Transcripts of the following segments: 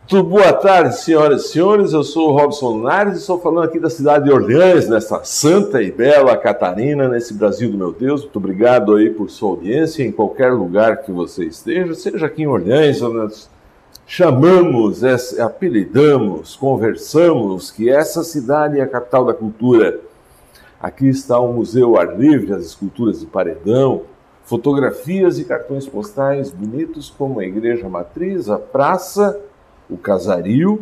Muito boa tarde, senhoras e senhores. Eu sou o Robson Nares e estou falando aqui da cidade de Orleans, nessa santa e bela Catarina, nesse Brasil do meu Deus. Muito obrigado aí por sua audiência em qualquer lugar que você esteja, seja aqui em Orleans, onde nós chamamos, apelidamos, conversamos que essa cidade é a capital da cultura. Aqui está o Museu Ar Livre, as esculturas de paredão, fotografias e cartões postais bonitos como a Igreja Matriz, a Praça, o Casario,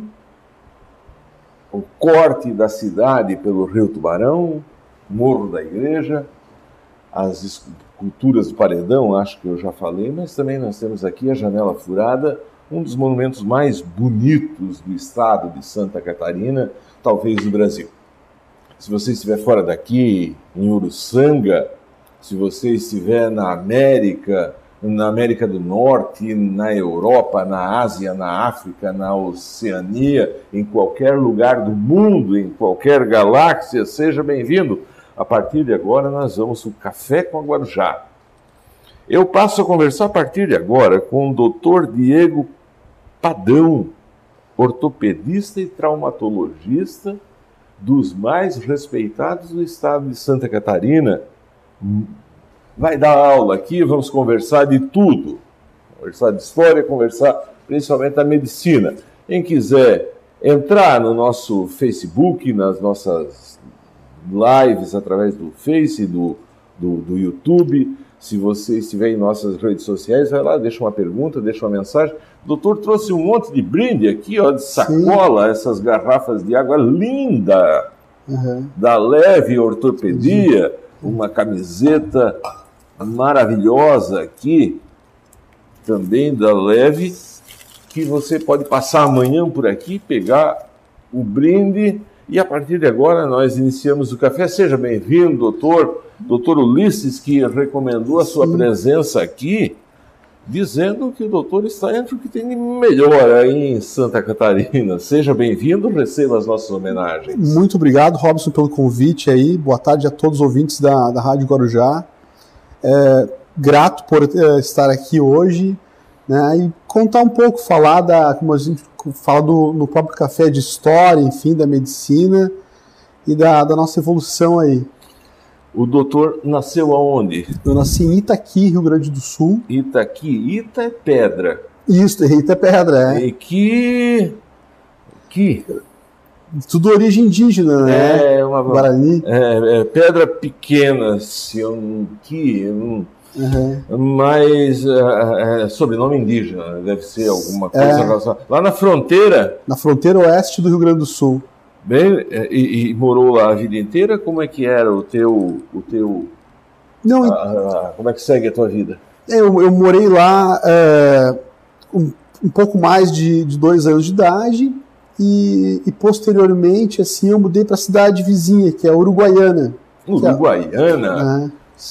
o corte da cidade pelo Rio Tubarão, Morro da Igreja, as esculturas do paredão, acho que eu já falei, mas também nós temos aqui a Janela Furada, um dos monumentos mais bonitos do estado de Santa Catarina, talvez do Brasil. Se você estiver fora daqui, em Uruçanga, se você estiver na América do Norte, na Europa, na Ásia, na África, na Oceania, em qualquer lugar do mundo, em qualquer galáxia, seja bem-vindo. A partir de agora nós vamos ao Café com a Guarujá. Eu passo a conversar a partir de agora com o Dr. Diego Padão, ortopedista e traumatologista dos mais respeitados do estado de Santa Catarina. Vai dar aula aqui, vamos conversar de tudo. Conversar de história, conversar principalmente da medicina. Quem quiser entrar no nosso Facebook, nas nossas lives através do Face, do YouTube, se você estiver em nossas redes sociais, vai lá, deixa uma pergunta, deixa uma mensagem. O doutor trouxe um monte de brinde aqui, ó, de sacola, essas garrafas de água linda, da Leve Ortopedia, uma camiseta maravilhosa aqui, também da Leve, que você pode passar amanhã por aqui, pegar o brinde, e a partir de agora nós iniciamos o café. Seja bem-vindo, doutor Ulisses, que recomendou a sua presença aqui, dizendo que o doutor está entre o que tem de melhor aí em Santa Catarina. Seja bem-vindo, receba as nossas homenagens. Muito obrigado, Robson, pelo convite aí. Boa tarde a todos os ouvintes da Rádio Guarujá. Grato por estar aqui hoje, né, e contar um pouco, como a gente fala no próprio café, de história, enfim, da medicina e da nossa evolução aí. O doutor nasceu aonde? Eu nasci em Itaqui, Rio Grande do Sul. Itaqui, Ita é pedra. Isso, Ita é pedra, é. E que... Tudo origem indígena, né? Guarani. Pedra pequena, mas sobrenome indígena, deve ser alguma coisa relacionada. Lá na fronteira? Na fronteira oeste do Rio Grande do Sul. Bem, e morou lá a vida inteira? Como é que era o teu... Não, como é que segue a tua vida? Eu morei lá um pouco mais de 2 anos de idade e posteriormente, assim, eu mudei para a cidade vizinha, que é Uruguaiana. Uruguaiana?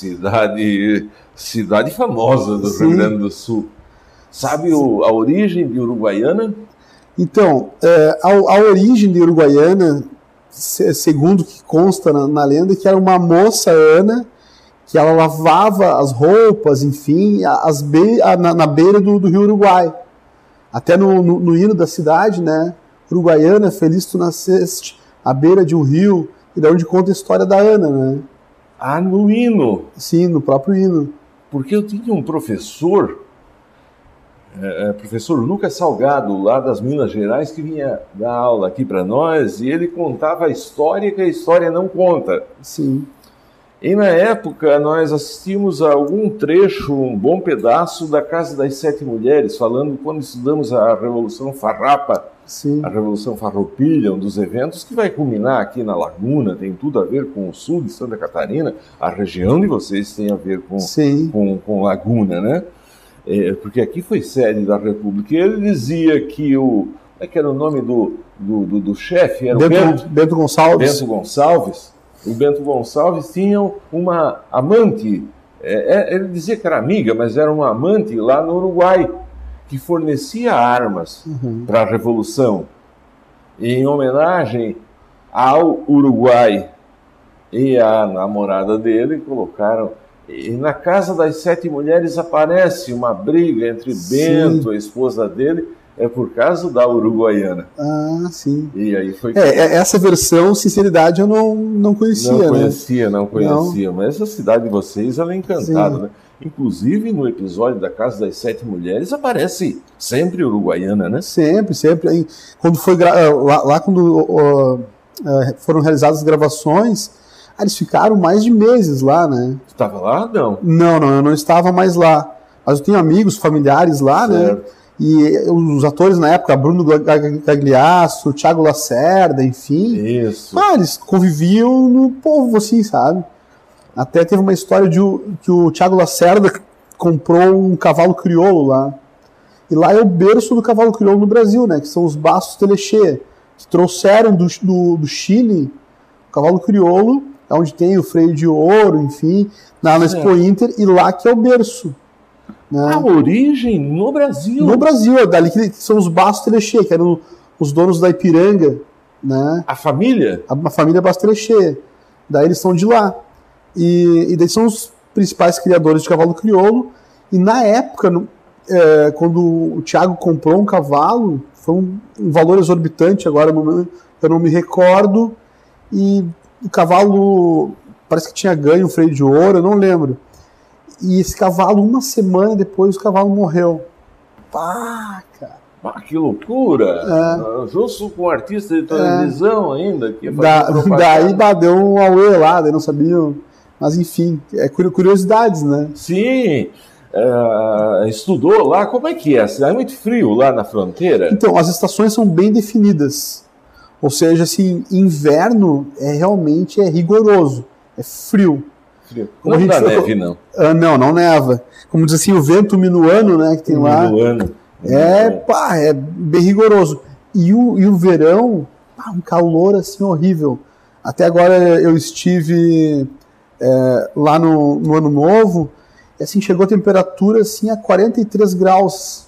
Cidade famosa do Rio Grande do Sul. Sabe a origem de Uruguaiana? Então, a origem de Uruguaiana, segundo o que consta na lenda, que era uma moça Ana, que ela lavava as roupas, enfim, na beira do Rio Uruguai. Até no hino da cidade, né? Uruguaiana, feliz tu nasceste, à beira de um rio, e da onde conta a história da Ana, né? Ah, no hino? Sim, no próprio hino. Porque eu tinha um professor Lucas Salgado, lá das Minas Gerais, que vinha dar aula aqui para nós, e ele contava a história que a história não conta. Sim. E na época nós assistimos a algum trecho, um bom pedaço da Casa das Sete Mulheres, falando quando estudamos a Revolução Farrapa, sim, a Revolução Farroupilha, um dos eventos que vai culminar aqui na Laguna, tem tudo a ver com o sul de Santa Catarina, a região de vocês tem a ver com Laguna, né? Porque aqui foi sede da República. E ele dizia que como é que era o nome do chefe? Era Bento Gonçalves. Bento Gonçalves. O Bento Gonçalves tinha uma amante, ele dizia que era amiga, mas era uma amante lá no Uruguai, que fornecia armas para a Revolução. E, em homenagem ao Uruguai e à namorada dele, colocaram... E na Casa das Sete Mulheres aparece uma briga entre Bento, a esposa dele, é por causa da Uruguaiana. Ah, sim. E aí foi... essa versão, sinceridade, eu não conhecia, Não conhecia, né? Não conhecia. Não. Mas essa cidade de vocês, ela é encantada, né? Inclusive, no episódio da Casa das Sete Mulheres, aparece sempre Uruguaiana, né? Sempre, sempre. Aí, quando foi quando foram realizadas as gravações, eles ficaram mais de meses lá, né? Você estava lá, não? Não, eu não estava mais lá. Mas eu tenho amigos, familiares lá, certo, né? E os atores na época, Bruno Gagliasso, Thiago Lacerda, enfim. Isso. Eles conviviam no povo, assim, sabe? Até teve uma história que o Thiago Lacerda comprou um cavalo crioulo lá. E lá é o berço do cavalo crioulo no Brasil, né? Que são os Bastos Telechê, que trouxeram do Chile o cavalo crioulo, onde tem o freio de ouro, enfim, na Expo Inter, e lá que é o berço. Né? A origem no Brasil. No Brasil, dali que são os Bastos Telechê, que eram os donos da Ipiranga. Né? A família? A família Bastos Telechê. Daí eles são de lá. E daí são os principais criadores de cavalo crioulo. E na época, quando o Thiago comprou um cavalo, foi um valor exorbitante, agora eu não me recordo. E o cavalo parece que tinha ganho um freio de ouro, eu não lembro. E esse cavalo, uma semana depois, o cavalo morreu. Pá, cara. Que loucura! Justo com um artista de televisão ainda. Que daí deu um auê lá, daí não sabiam. Mas enfim, curiosidades, né? Sim, estudou lá, como é que é? É muito frio lá na fronteira? Então, as estações são bem definidas. Ou seja, assim, inverno realmente é rigoroso, é frio. Não dá neve, não. Não neva. Como diz assim, o vento minuano, né, que tem lá. Minuano. É bem rigoroso. E o verão, um calor assim horrível. Até agora eu estive lá no Ano Novo, e assim, chegou a temperatura assim, a 43 graus.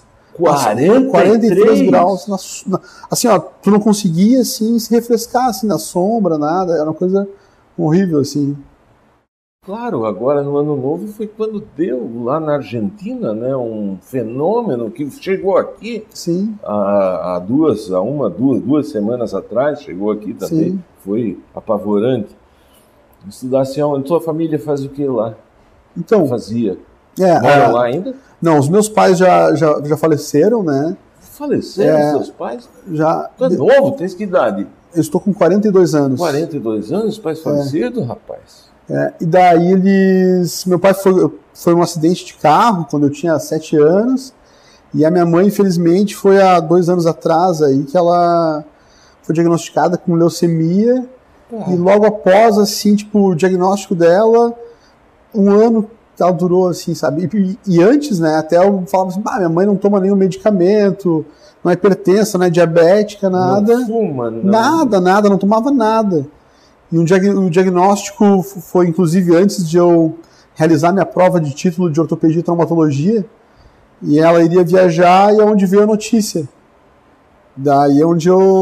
43 graus. Assim, ó, tu não conseguia assim, se refrescar assim, na sombra, nada. Era uma coisa horrível, assim. Claro, agora no Ano Novo foi quando deu lá na Argentina, né, um fenômeno que chegou aqui. Sim. Há duas semanas atrás, chegou aqui também. Sim. Foi apavorante. Estudasse onde? Tua família faz o que lá? Então, fazia. Moram lá ainda? Não, os meus pais já faleceram, né? Faleceram seus pais? Já. Tu é novo? Tens que idade? Eu estou com 42 anos. 42 anos? Pais falecidos, rapaz? E daí meu pai foi um acidente de carro quando eu tinha 7 anos, e a minha mãe, infelizmente, foi há 2 anos atrás aí que ela foi diagnosticada com leucemia, e logo após, assim, tipo, o diagnóstico dela, 1 ano ela durou, assim, sabe, e antes, né, até eu falava assim, minha mãe não toma nenhum medicamento, não é hipertensa, não é diabética, nada. Não fuma, não. Nada, não tomava nada. E o diagnóstico foi, inclusive, antes de eu realizar minha prova de título de ortopedia e traumatologia, e ela iria viajar, e é onde veio a notícia. Daí eu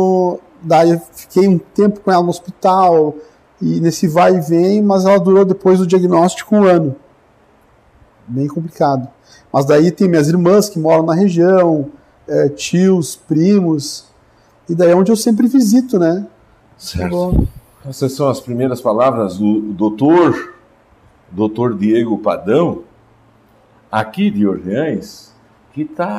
fiquei um tempo com ela no hospital, e nesse vai e vem, mas ela durou depois do diagnóstico 1 ano. Bem complicado. Mas daí tem minhas irmãs que moram na região, tios, primos, e daí é onde eu sempre visito, né? Certo. Essas são as primeiras palavras do doutor Diego Padão, aqui de Orleans, que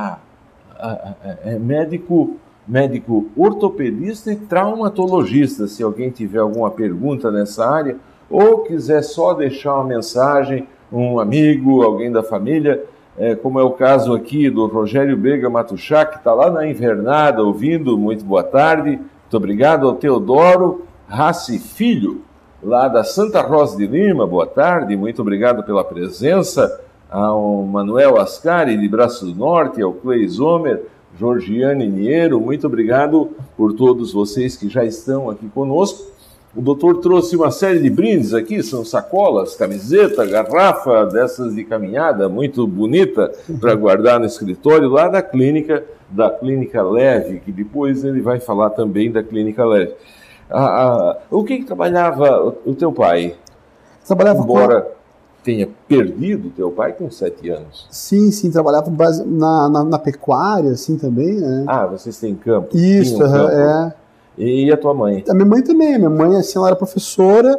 é médico ortopedista e traumatologista. Se alguém tiver alguma pergunta nessa área, ou quiser só deixar uma mensagem, um amigo, alguém da família, como é o caso aqui do Rogério Bega Matuchá, que está lá na Invernada ouvindo, muito boa tarde, muito obrigado ao Teodoro Rassi Filho, lá da Santa Rosa de Lima, boa tarde, muito obrigado pela presença, ao Manuel Ascari, de Braço do Norte, ao Clei Zomer, Georgiane Niero, muito obrigado por todos vocês que já estão aqui conosco. O doutor trouxe uma série de brindes aqui, são sacolas, camiseta, garrafa dessas de caminhada, muito bonita, para guardar no escritório, lá da Clínica Leve, que depois ele vai falar também da Clínica Leve. O que trabalhava o teu pai? Trabalhava tenha perdido teu pai com 7 anos. Sim, trabalhava na pecuária, assim, também, né? Ah, vocês têm campo? Isso, campo. E a tua mãe? A minha mãe também. A minha mãe, assim, ela era professora,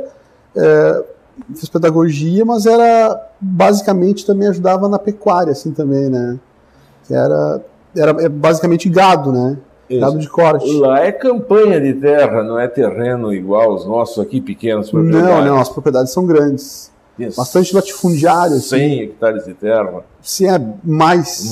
fez pedagogia, mas era, basicamente, também ajudava na pecuária, assim, também, né? Que era basicamente gado, né? Isso. Gado de corte. Lá é campanha de terra, não é terreno igual os nossos aqui, pequenas propriedades. Não, as propriedades são grandes. Isso. Bastante latifundiário. 100 assim. hectares de terra. Sim, mais.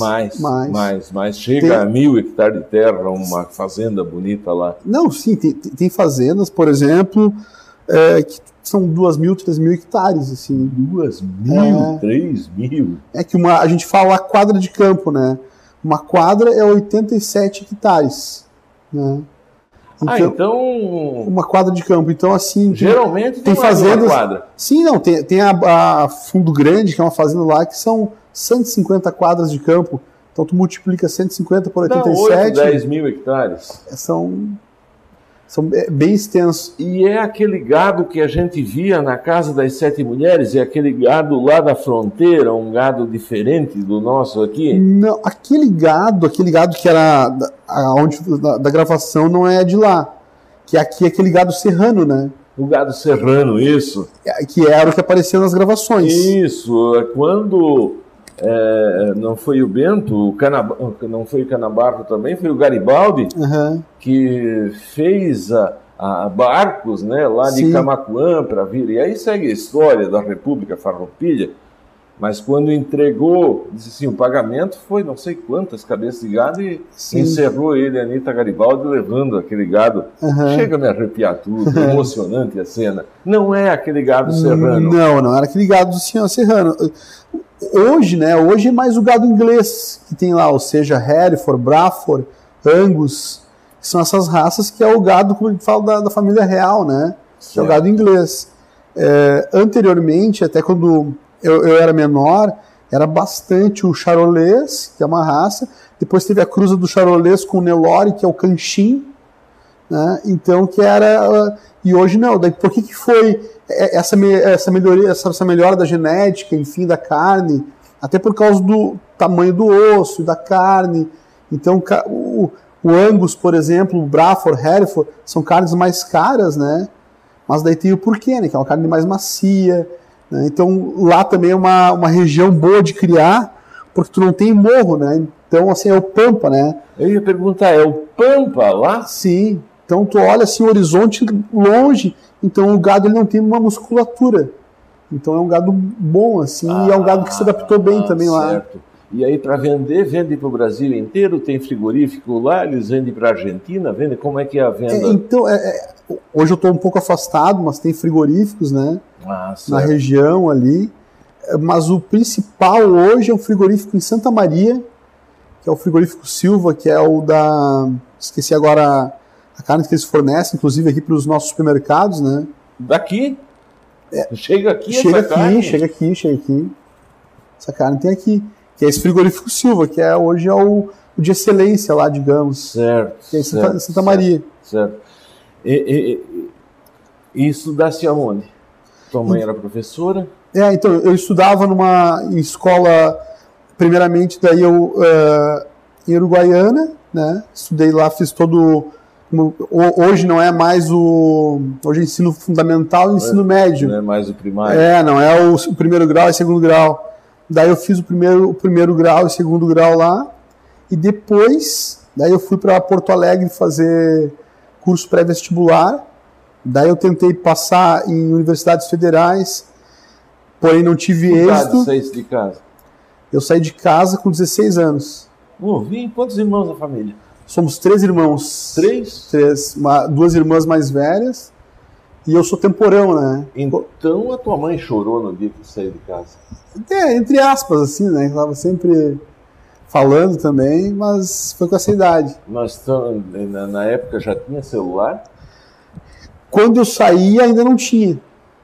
Chega a 1000 hectares de terra, uma fazenda bonita lá. Não, sim, tem fazendas, por exemplo, que são 2.000, 3.000 hectares. Assim. 2.000, 3.000? É que a gente fala quadra de campo, né? Uma quadra é 87 hectares, né? Então... Uma quadra de campo. Então, assim... Geralmente tem fazendas... uma quadra. Sim, não. Tem a Fundo Grande, que é uma fazenda lá, que são 150 quadras de campo. Então, tu multiplica 150 por 87... Dá 10 mil hectares. São bem extensos. E é aquele gado que a gente via na Casa das 7 Mulheres? É aquele gado lá da fronteira, um gado diferente do nosso aqui? Não, aquele gado que era da gravação não é de lá. Que aqui é aquele gado serrano, né? O gado serrano, isso. Que era o que aparecia nas gravações. Isso, quando... não foi o Bento, não foi o Canabarro também, foi o Garibaldi, que fez a barcos, né, lá de Camaquã para vir. E aí segue a história da República Farroupilha, mas quando entregou, disse assim, o pagamento foi não sei quantas cabeças de gado e encerrou ele, Anita Garibaldi, levando aquele gado. Chega a me arrepiar tudo, emocionante a cena. Não é aquele gado serrano. Não era aquele gado serrano. Hoje, né? Hoje é mais o gado inglês que tem lá, ou seja, Hereford, Braford, Angus, que são essas raças que é o gado, como ele fala, da família real, né? Que é o gado inglês. Anteriormente, até quando eu era menor, era bastante o charolês, que é uma raça. Depois teve a cruza do charolês com o Nelore, que é o canchim, né? Então, que era... E hoje não. Daí, por que foi essa melhoria, essa melhora da genética, enfim, da carne? Até por causa do tamanho do osso e da carne. Então, o Angus, por exemplo, o Braford, Hereford, são carnes mais caras, né? Mas daí tem o porquê, né? Que é uma carne mais macia. Né? Então, lá também é uma região boa de criar, porque tu não tem morro, né? Então, assim, é o pampa, né? Eu ia perguntar, é o pampa lá? Sim. Então, tu olha assim o horizonte longe, então o gado ele não tem uma musculatura. Então, é um gado bom, assim, e é um gado que se adaptou bem também lá. E aí, para vender, vende para o Brasil inteiro? Tem frigorífico lá? Eles vendem para a Argentina? Vende? Como é que é a venda? Hoje eu estou um pouco afastado, mas tem frigoríficos, né? Na região ali. Mas o principal hoje é o frigorífico em Santa Maria, que é o frigorífico Silva, que é o da... Esqueci agora a carne que eles fornecem, inclusive aqui para os nossos supermercados, né? Daqui? Chega aqui Chega aqui. Essa carne tem aqui. Que é esse frigorífico Silva, que hoje é o de excelência lá, digamos. Certo. Que é em Santa Maria. Certo. E estudasse aonde? Tua mãe era professora? Então, eu estudava em escola, primeiramente, daí em Uruguaiana, né? Estudei lá, fiz todo... Hoje não é mais hoje é ensino fundamental e ensino médio. Não é mais o primário. Não é o primeiro grau e segundo grau. Daí eu fiz o primeiro grau e segundo grau lá. E depois, daí eu fui para Porto Alegre fazer curso pré-vestibular. Daí eu tentei passar em universidades federais, porém não tive êxito. Saísse de casa? Eu saí de casa com 16 anos. Quantos irmãos da família? Somos 3 irmãos. 3? 3. 2 irmãs mais velhas. E eu sou temporão, né? Então a tua mãe chorou no dia que saiu de casa? Entre aspas, assim, né? Ela estava sempre falando também, mas foi com essa idade. Mas na época já tinha celular? Quando eu saí, ainda não tinha.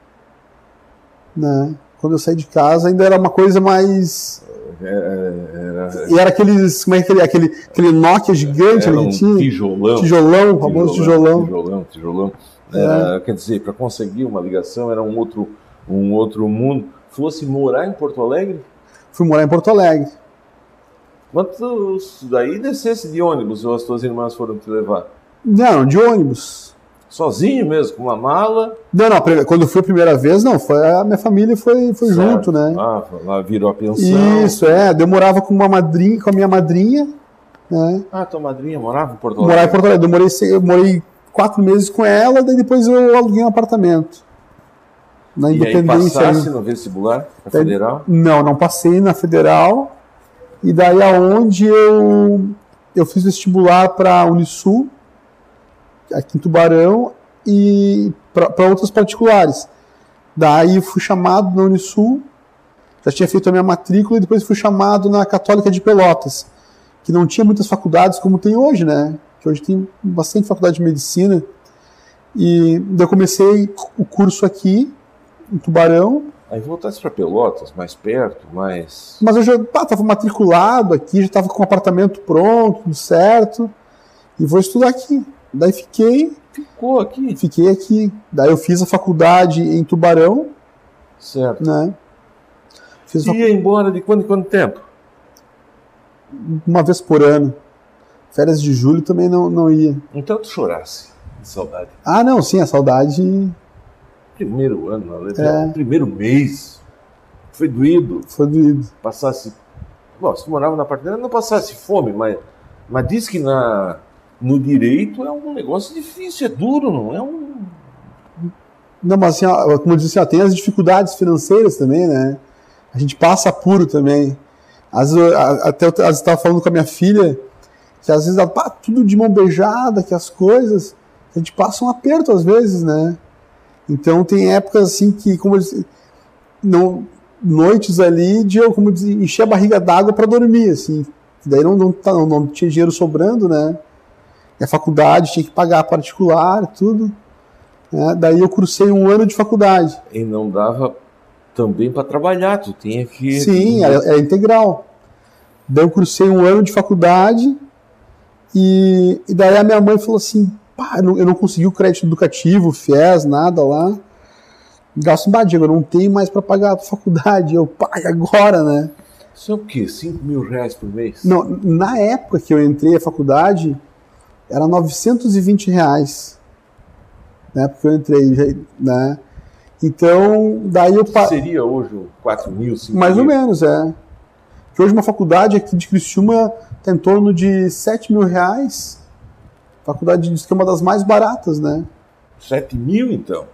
Né? Quando eu saí de casa, ainda era uma coisa mais... E era aqueles... Como é que aquele Nokia gigante era que tinha? Tijolão. Famoso tijolão. Quer dizer, para conseguir uma ligação era um outro mundo. fosse morar em Porto Alegre? Fui morar em Porto Alegre. Quantos daí descesse de ônibus ou as tuas irmãs foram te levar? Não, de ônibus. Sozinho mesmo, com uma mala? Não, quando eu fui a primeira vez, não, a minha família foi junto, né? Ah, lá virou a pensão. Isso, eu morava com uma madrinha, com a minha madrinha, né? Ah, tua madrinha morava em Porto Alegre? Morava em Porto Alegre, eu morei 4 meses com ela, daí depois eu aluguei um apartamento. Na Independência. E aí passasse no vestibular, na Federal? Não passei na Federal, e daí aonde eu fiz vestibular para a Unisul, aqui em Tubarão, e para outras particulares. Daí fui chamado na Unisul, já tinha feito a minha matrícula, e depois fui chamado na Católica de Pelotas, que não tinha muitas faculdades como tem hoje, né? Que hoje tem bastante faculdade de medicina. E daí eu comecei o curso aqui, em Tubarão. Aí voltasse para Pelotas, mais perto, mais... Mas eu já estava matriculado aqui, já estava com o apartamento pronto, tudo certo, e vou estudar aqui. Daí Ficou aqui? Fiquei aqui. Daí eu fiz a faculdade em Tubarão. Certo. Né? Ia embora de quando em quanto tempo? Uma vez por ano. Férias de julho também não ia. Então tu chorasse de saudade. Ah, não, sim, a saudade... Primeiro ano, primeiro mês. Foi doído. Foi doído. Passasse... Bom, se tu morava na apartamento, não passasse fome, mas diz que no direito é um negócio difícil, é duro, não é um... Não, mas assim, como eu disse, tem as dificuldades financeiras também, né? A gente passa apuro também. Às vezes eu estava falando com a minha filha, que às vezes tudo de mão beijada, que as coisas, a gente passa um aperto às vezes, né? Então tem épocas assim que, como eu disse, noites ali de eu, como eu disse, encher a barriga d'água para dormir, assim. Daí não tinha dinheiro sobrando, né? E a faculdade tinha que pagar particular, tudo. Né? Daí eu cursei 1 ano de faculdade. E não dava também para trabalhar, tu tinha que... Sim, era integral. Daí eu cursei 1 ano de faculdade e daí a minha mãe falou assim, pá, eu não consegui o crédito educativo, FIES, nada lá. Gasto Diego, eu não tenho mais para pagar a faculdade. Eu, pai, agora, né? Isso é o quê? 5 mil reais por mês? Não, na época que eu entrei na faculdade, era 920 reais. Né, porque eu entrei, né? Então, daí eu... Seria hoje 4 mil, 5 mil? Mais ou menos, Que hoje uma faculdade aqui de Criciúma está em torno de 7 mil reais. Faculdade diz que é uma das mais baratas, né? 7 mil, então?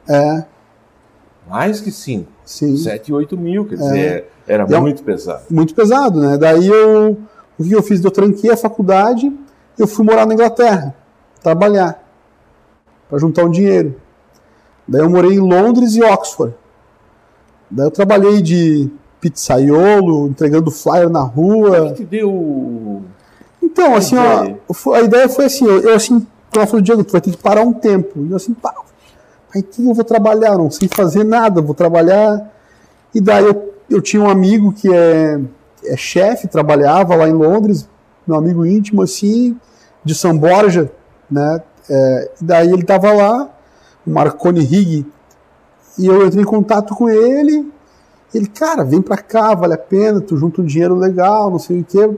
Mais que 5. Sim. 7, 8 mil, quer dizer, era muito pesado. Muito pesado, né? Daí o que eu fiz? Eu tranquei a faculdade, eu fui morar na Inglaterra, trabalhar, para juntar um dinheiro. Daí eu morei em Londres e Oxford. Daí eu trabalhei de pizzaiolo, entregando flyer na rua. O que te deu... Então, assim, a ideia foi assim, eu assim, ela falou, Diego, tu vai ter que parar um tempo. E eu assim, pá, aí que eu vou trabalhar? Não sei fazer nada, vou trabalhar. E daí eu tinha um amigo que é chefe, trabalhava lá em Londres, meu amigo íntimo, assim, de São Borja, né? E daí ele tava lá, o Marconi Rigg, e eu entrei em contato com ele. Ele, cara, vem pra cá, vale a pena, tu junta um dinheiro legal, não sei o quê.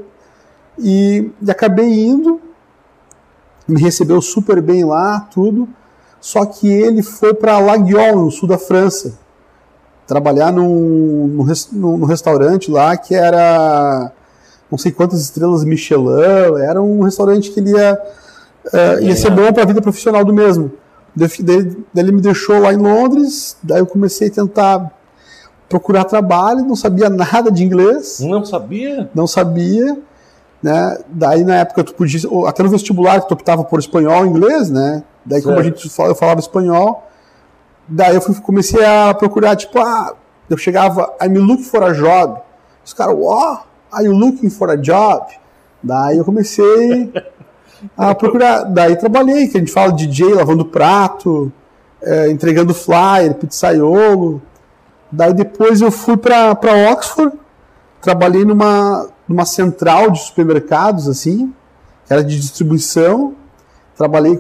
E acabei indo, me recebeu super bem lá, tudo. Só que ele foi para Laguiole, no sul da França, trabalhar num restaurante lá que era não sei quantas estrelas Michelin, era um restaurante que ele ia ser bom para a vida profissional do mesmo. Daí ele me deixou lá em Londres, daí eu comecei a tentar procurar trabalho, não sabia nada de inglês. Não sabia? Não sabia. Né? Daí na época tu podia, até no vestibular tu optava por espanhol e inglês, né? Daí como eu falava espanhol, daí eu comecei a procurar, tipo, eu chegava, I'm looking for a job. Os caras, what? Are you looking for a job? Daí eu comecei a procurar, daí trabalhei, que a gente fala DJ, lavando prato, entregando flyer, pizzaiolo. Daí depois eu fui para Oxford, trabalhei numa central de supermercados, assim, que era de distribuição. Trabalhei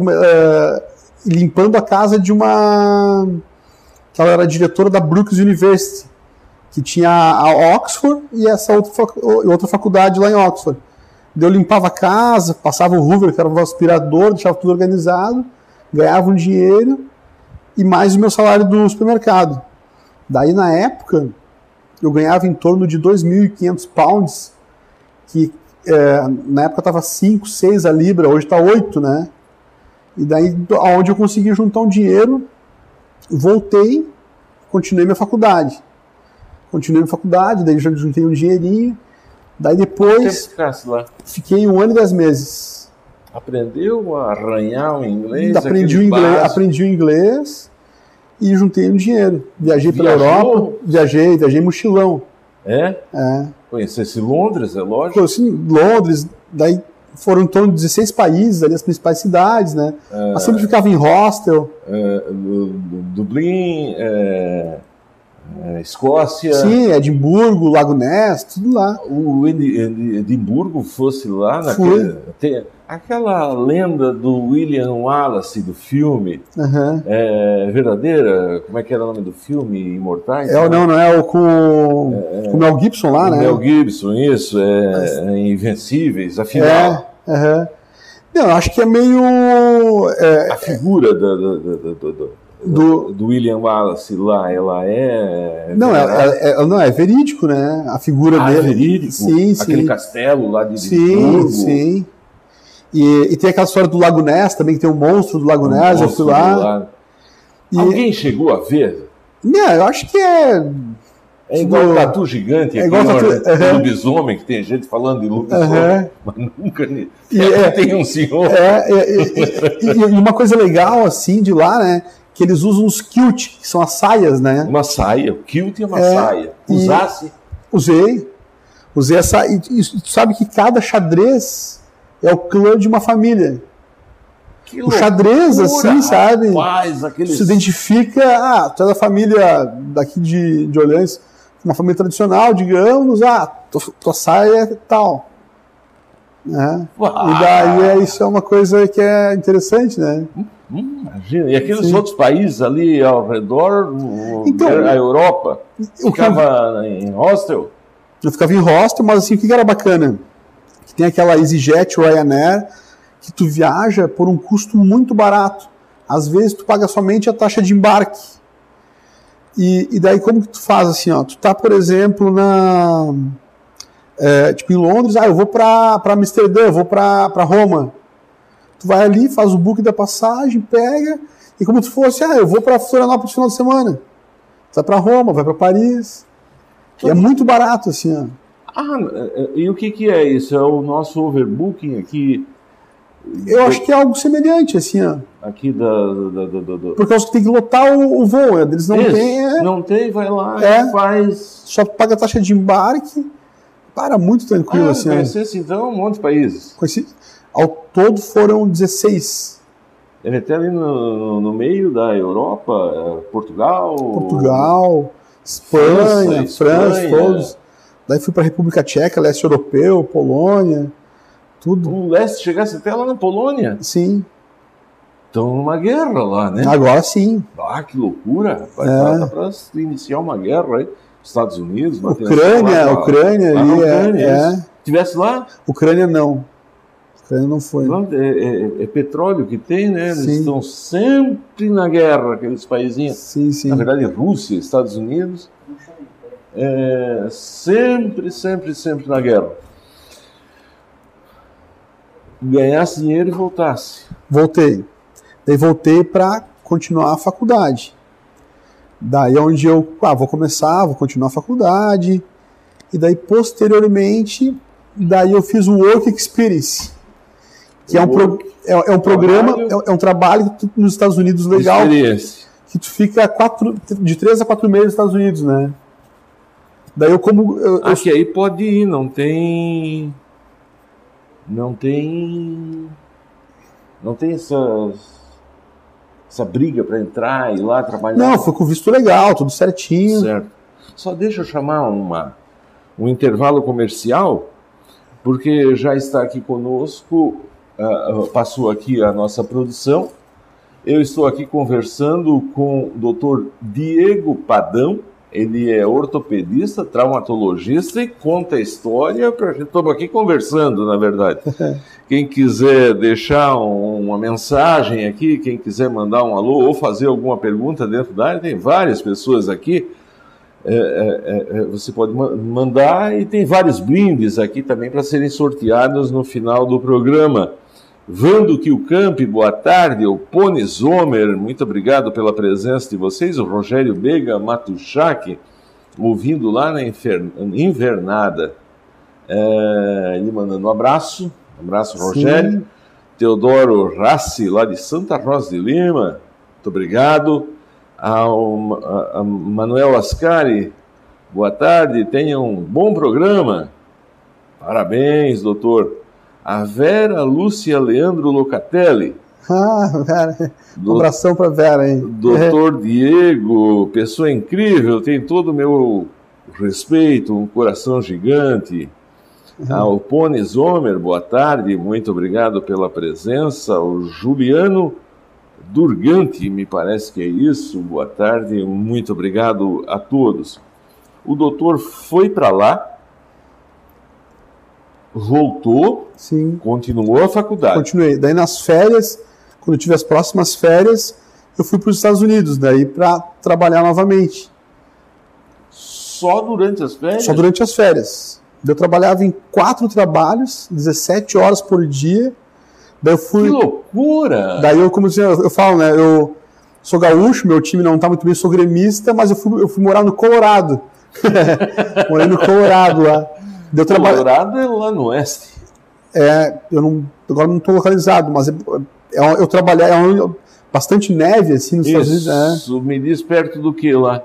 limpando a casa de uma... que ela era diretora da Brookes University, que tinha a Oxford e essa outra faculdade lá em Oxford. Eu limpava a casa, passava o Hoover, que era o aspirador, deixava tudo organizado, ganhava um dinheiro e mais o meu salário do supermercado. Daí, na época, eu ganhava em torno de 2.500 pounds, que na época estava 5, 6 a libra, hoje está 8, né? E daí, onde eu consegui juntar um dinheiro, voltei, continuei minha faculdade. Daí já juntei um dinheirinho. Daí depois. Quanto tempo ficasse lá? Fiquei 1 ano e 10 meses. Aprendeu a arranhar o inglês? Aprendi o inglês e juntei um dinheiro. Viajei pela Europa, viajei mochilão. É? É. Conhecesse Londres, é lógico? Conheci Londres, daí foram em torno de 16 países, ali as principais cidades, né? Mas sempre ficava em hostel. Dublin, Escócia. Sim, Edimburgo, Lago Ness, tudo lá. O Edimburgo fosse lá naquele. Aquela lenda do William Wallace do filme é verdadeira? Como é que era o nome do filme? Imortais? Não é o com o Mel Gibson lá, né? Mel Gibson, isso, Invencíveis, afinal. Não, acho que é meio. A figura do William Wallace lá, ela é. Não, é verídico, né? A figura dele. É verídico? Sim, aquele castelo lá de Edimburgo. Sim. E tem aquela história do Lago Ness também, que tem um monstro do Lago Ness, eu fui lá. Alguém chegou a ver? Não, eu acho que é. É igual o Tatu Gigante, é igual o lobisomem, que tem gente falando de lobisomem, mas nunca tem um senhor. E uma coisa legal, assim, de lá, né, que eles usam os kilt, que são as saias, né? Uma saia, o kilt é uma saia. Usasse? Usei essa. E tu sabe que cada xadrez é o clã de uma família. O xadrez, assim, sabe? Rapaz, se identifica, tu é da família daqui de Orleans, uma família tradicional, digamos, tua saia é tal. Né? E daí isso é uma coisa que é interessante, né? Imagina, e aqueles outros países ali ao redor, a Europa, ficava em hostel? Eu ficava em hostel, mas assim, o que era bacana? Que tem aquela EasyJet, Ryanair, que tu viaja por um custo muito barato. Às vezes tu paga somente a taxa de embarque. E daí como que tu faz assim, ó? Tu tá, por exemplo, tipo em Londres, eu vou para Amsterdã, eu vou para Roma. Tu vai ali, faz o book da passagem, pega, e como tu fosse, eu vou para Florianópolis no final de semana. Tu vai para Roma, vai para Paris. E é muito barato, assim, ó. E o que é isso? É o nosso overbooking aqui? Eu acho que é algo semelhante, assim, ó. Aqui Por causa que tem que lotar o voo, eles não têm. Não tem, vai lá e faz. Só paga a taxa de embarque, muito tranquilo, assim. Conhecesse então um monte de países. Ao todo foram 16. Ele até ali no meio da Europa, Portugal, Espanha, França, todos. Daí fui para a República Tcheca, leste europeu, Polônia, tudo. O leste chegasse até lá na Polônia? Sim. Estão numa guerra lá, né? Agora sim. Que loucura! Dá para iniciar uma guerra aí. Estados Unidos, Ucrânia ali. Tivesse lá? Ucrânia não. Ucrânia não foi. É petróleo que tem, né? Eles estão sempre na guerra, aqueles paizinhos. Sim. Na verdade, Rússia, Estados Unidos. Sempre na guerra. Ganhasse dinheiro e voltasse. Voltei. Daí voltei para continuar a faculdade. Daí onde eu vou continuar a faculdade. E daí posteriormente, eu fiz o Work Experience, que é um programa, é um trabalho nos Estados Unidos legal. Experiência. Que tu fica de 3 a 4 meses nos Estados Unidos, né? Daí que aí pode ir, não tem essa briga para entrar e ir lá trabalhar. Não, foi com visto legal, tudo certinho. Certo. Só deixa eu chamar um intervalo comercial, porque já está aqui conosco, passou aqui a nossa produção. Eu estou aqui conversando com o Dr. Diego Padão, Ele é ortopedista, traumatologista e conta a história. Estamos aqui conversando, na verdade. Quem quiser deixar uma mensagem aqui, quem quiser mandar um alô ou fazer alguma pergunta dentro da área, tem várias pessoas aqui. Você pode mandar, e tem vários brindes aqui também para serem sorteados no final do programa. Vando Kilcamp, boa tarde. O Pony Zomer, muito obrigado pela presença de vocês. O Rogério Bega Matuchak, ouvindo lá na Invernada. Ele mandando um abraço. Abraço, Rogério. Sim. Teodoro Rassi, lá de Santa Rosa de Lima. Muito obrigado. A Manuel Ascari, boa tarde. Tenha um bom programa. Parabéns, doutor. A Vera Lúcia Leandro Locatelli. Vera. Um abração para Vera, hein? Doutor Diego, pessoa incrível, tem todo o meu respeito, um coração gigante. O Pony Zomer, boa tarde, muito obrigado pela presença. O Juliano Durgante, me parece que é isso, boa tarde, muito obrigado a todos. O doutor foi para lá, voltou, sim, continuou a faculdade. Continuei. Daí nas férias, quando eu tive as próximas férias, eu fui para os Estados Unidos, daí para trabalhar novamente. Só durante as férias? Só durante as férias. Eu trabalhava em 4 trabalhos, 17 horas por dia. Daí eu fui... Que loucura! Daí eu falo, né, eu sou gaúcho, meu time não está muito bem, sou gremista, mas eu fui morar no Colorado. Morei no Colorado lá. Colorado é lá no oeste. Agora não estou localizado, mas eu trabalhei, bastante neve assim nos Estados Unidos. Isso, me diz perto do que lá?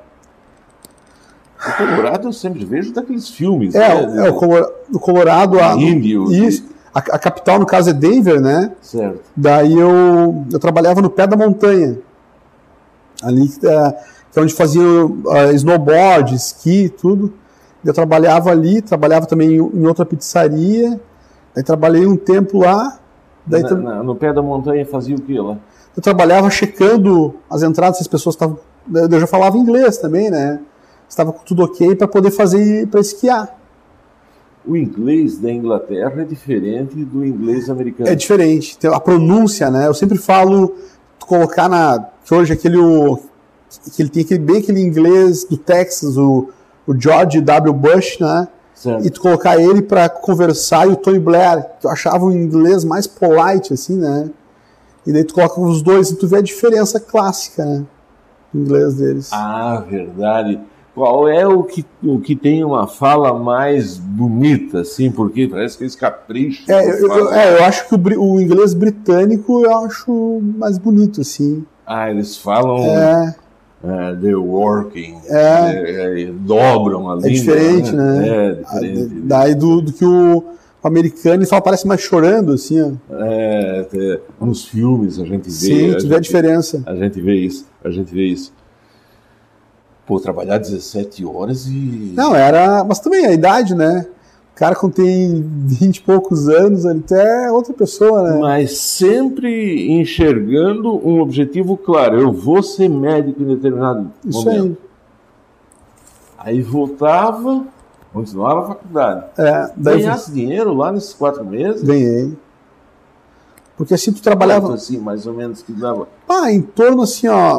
O Colorado eu sempre vejo daqueles filmes. O Colorado. Índio. Isso. A capital, no caso, é Denver, né? Certo. Daí eu trabalhava no pé da montanha. Ali, que é onde fazia snowboard, esqui, tudo. Eu trabalhava ali, trabalhava também em outra pizzaria, daí trabalhei um tempo lá. Daí no pé da montanha fazia o que lá? Eu trabalhava checando as entradas, se as pessoas estavam... Eu já falava inglês também, né? Estava tudo ok para poder fazer, para esquiar. O inglês da Inglaterra é diferente do inglês americano. É diferente, a pronúncia, né? Eu sempre falo, colocar que hoje que ele tem bem aquele inglês do Texas, o George W. Bush, né? Certo. E tu colocar ele para conversar, e o Tony Blair, que eu achava o inglês mais polite, assim, né? E daí tu coloca os dois e tu vê a diferença clássica, né? Do inglês deles. Ah, verdade. Qual é o que tem uma fala mais bonita, assim, porque parece que eles capricham. Eu acho que o inglês britânico eu acho mais bonito, assim. Eles falam... they're working, dobram a língua. É diferente, né? É diferente. Daí do que o americano, ele fala, parece mais chorando, assim, ó. Nos filmes a gente vê. Sim, tu vê a diferença. A gente vê isso. Pô, trabalhar 17 horas e... Não, mas também a idade, né? O cara quando tem 20 e poucos anos, ele até é outra pessoa, né? Mas sempre enxergando um objetivo claro. Eu vou ser médico em determinado Isso momento. Aí voltava, continuava a faculdade. Ganhasse dinheiro lá nesses 4 meses? Ganhei. Porque assim tu trabalhava... Quanto, assim, mais ou menos, que dava? Em torno assim, ó...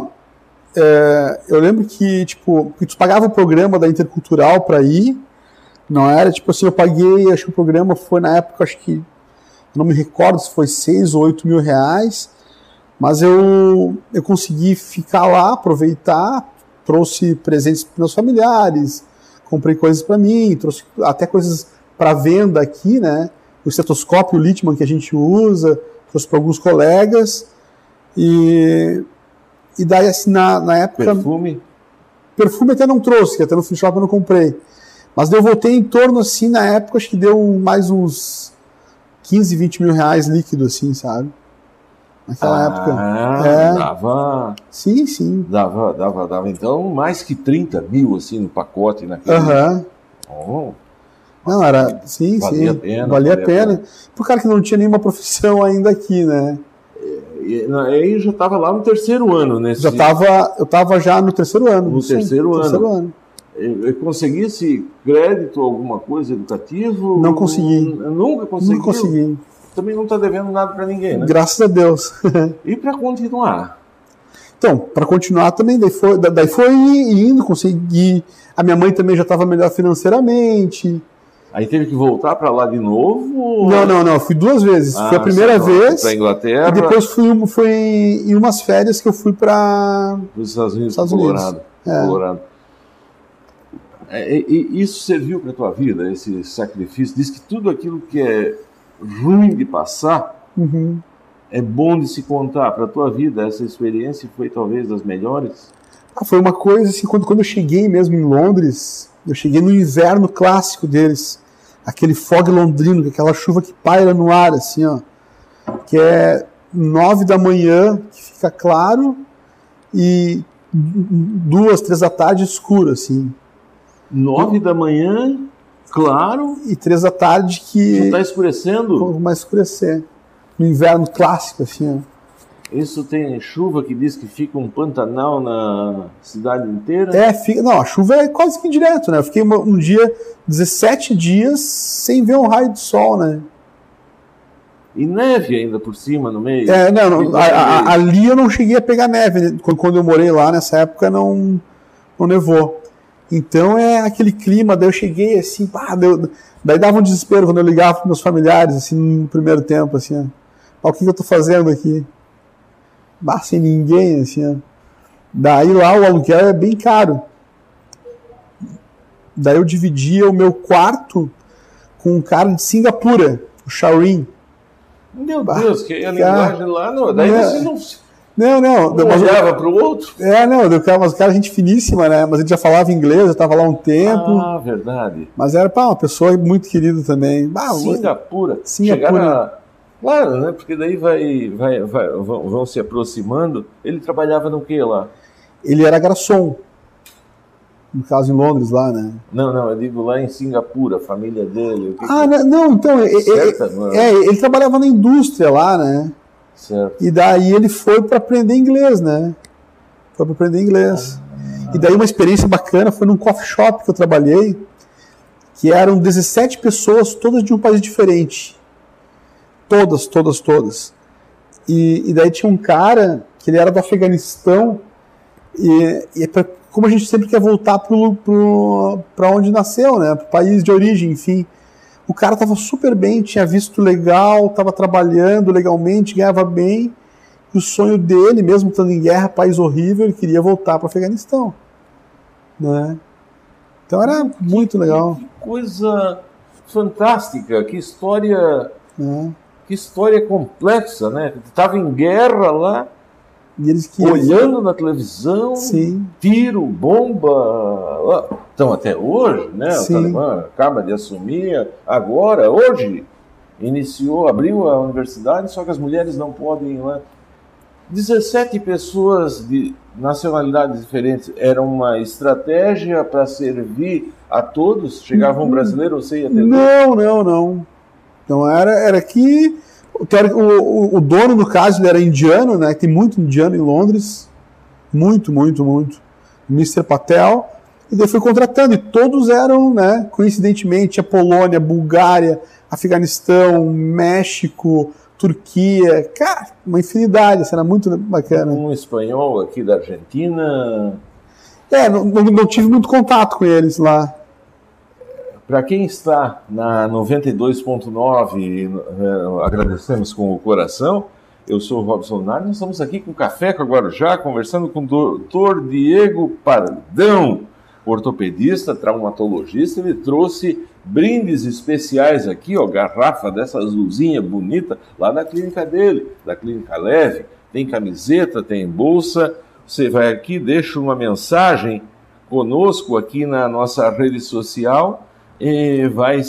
eu lembro que, que tu pagava o programa da Intercultural para ir, não era, eu paguei, acho que o programa foi na época, não me recordo se foi 6 ou 8 mil reais, mas eu consegui ficar lá, aproveitar, trouxe presentes para meus familiares, comprei coisas para mim, trouxe até coisas para venda aqui, né, o estetoscópio Littmann que a gente usa, trouxe para alguns colegas, e daí, assim, na época... Perfume até não trouxe, que até no free shop eu não comprei. Mas eu voltei em torno, assim, na época, acho que deu mais uns 15, 20 mil reais líquido, assim, sabe? Naquela época. Dava... Sim. Dava, então, mais que 30 mil, assim, no pacote naquele... Não, era... Sim. Valia a pena. Pro cara que não tinha nenhuma profissão ainda aqui, né? Aí já estava lá no 3º ano, né? Eu estava já no 3º ano. No terceiro ano. Conseguisse crédito, alguma coisa educativo? Não consegui. Nunca conseguiu? Não consegui. Também não está devendo nada para ninguém, né? Graças a Deus. E para continuar? Então, para continuar também, daí foi indo, consegui. A minha mãe também já estava melhor financeiramente. Aí teve que voltar para lá de novo? Não, eu fui 2 vezes. Foi a primeira vez. Para Inglaterra. E depois fui em umas férias que eu fui para os Estados Unidos. Colorado. Colorado. E isso serviu para a tua vida, esse sacrifício? Diz que tudo aquilo que é ruim de passar é bom de se contar. Para a tua vida, essa experiência foi talvez das melhores? Foi uma coisa assim, quando eu cheguei mesmo em Londres, eu cheguei no inverno clássico deles, aquele fog londrino, aquela chuva que paira no ar, assim, ó, que é 9 da manhã, que fica claro, e 2, 3 da tarde escuro, assim. 9 da manhã, claro. E 3 da tarde que... Já está escurecendo? Vai escurecer. No inverno clássico, assim, ó. Isso tem chuva que diz que fica um pantanal na cidade inteira? Não, a chuva é quase que direto, né? Eu fiquei um dia, 17 dias, sem ver um raio de sol, né? E neve ainda por cima, no meio? Ali eu não cheguei a pegar neve. Quando eu morei lá, nessa época, não nevou. Então é aquele clima, daí eu cheguei assim, daí dava um desespero quando eu ligava para meus familiares, assim, no primeiro tempo, assim, ó, o que eu tô fazendo aqui? Sem ninguém, assim, ó. Daí lá o aluguel é bem caro. Daí eu dividia o meu quarto com um cara de Singapura, o Shaolin. Meu Deus, que a linguagem lá, não, daí você não... Não. Um olhava para o outro? Mas o cara é gente finíssima, né? Mas a gente já falava inglês, eu estava lá um tempo. Ah, verdade. Mas era uma pessoa muito querida também. Singapura. Claro, né? Porque daí vão se aproximando. Ele trabalhava no que lá? Ele era garçom. No caso, em Londres, lá, né? Não, eu digo lá em Singapura, a família dele. Então, ele trabalhava na indústria lá, né? Certo. E daí ele foi para aprender inglês, né? E daí uma experiência bacana foi num coffee shop que eu trabalhei, que eram 17 pessoas, todas de um país diferente. Todas. E daí tinha um cara que ele era do Afeganistão, e como a gente sempre quer voltar para onde nasceu, né? Para o país de origem, enfim. O cara estava super bem, tinha visto legal, estava trabalhando legalmente, ganhava bem. E o sonho dele, mesmo estando em guerra, país horrível, ele queria voltar para o Afeganistão. Né? Então era muito legal. Que coisa fantástica, que história complexa, né? Estava em guerra lá, e eles olhando na televisão, sim, tiro, bomba. Então, até hoje, né? Sim. O Talibã acaba de assumir hoje, abriu a universidade, só que as mulheres não podem ir lá. 17 pessoas de nacionalidades diferentes. Era uma estratégia para servir a todos? Chegava um brasileiro, você ia atender? Não. Então era que o dono, no caso, ele era indiano, né? Tem muito indiano em Londres. Muito. Mr. Patel. E daí foi contratando. E todos eram, né? Coincidentemente, a Polônia, Bulgária, Afeganistão, México, Turquia. Cara, uma infinidade. Isso era muito bacana. Um espanhol aqui da Argentina. Não tive muito contato com eles lá. Para quem está na 92.9, agradecemos com o coração. Eu sou o Robson Nardi, nós estamos aqui com Café com a Guarujá, conversando com o Dr. Diego Pardão, ortopedista, traumatologista. Ele trouxe brindes especiais aqui, garrafa dessa azulzinha bonita, lá da clínica dele, da Clínica Leve. Tem camiseta, tem bolsa. Você vai aqui, deixa uma mensagem conosco aqui na nossa rede social, e vai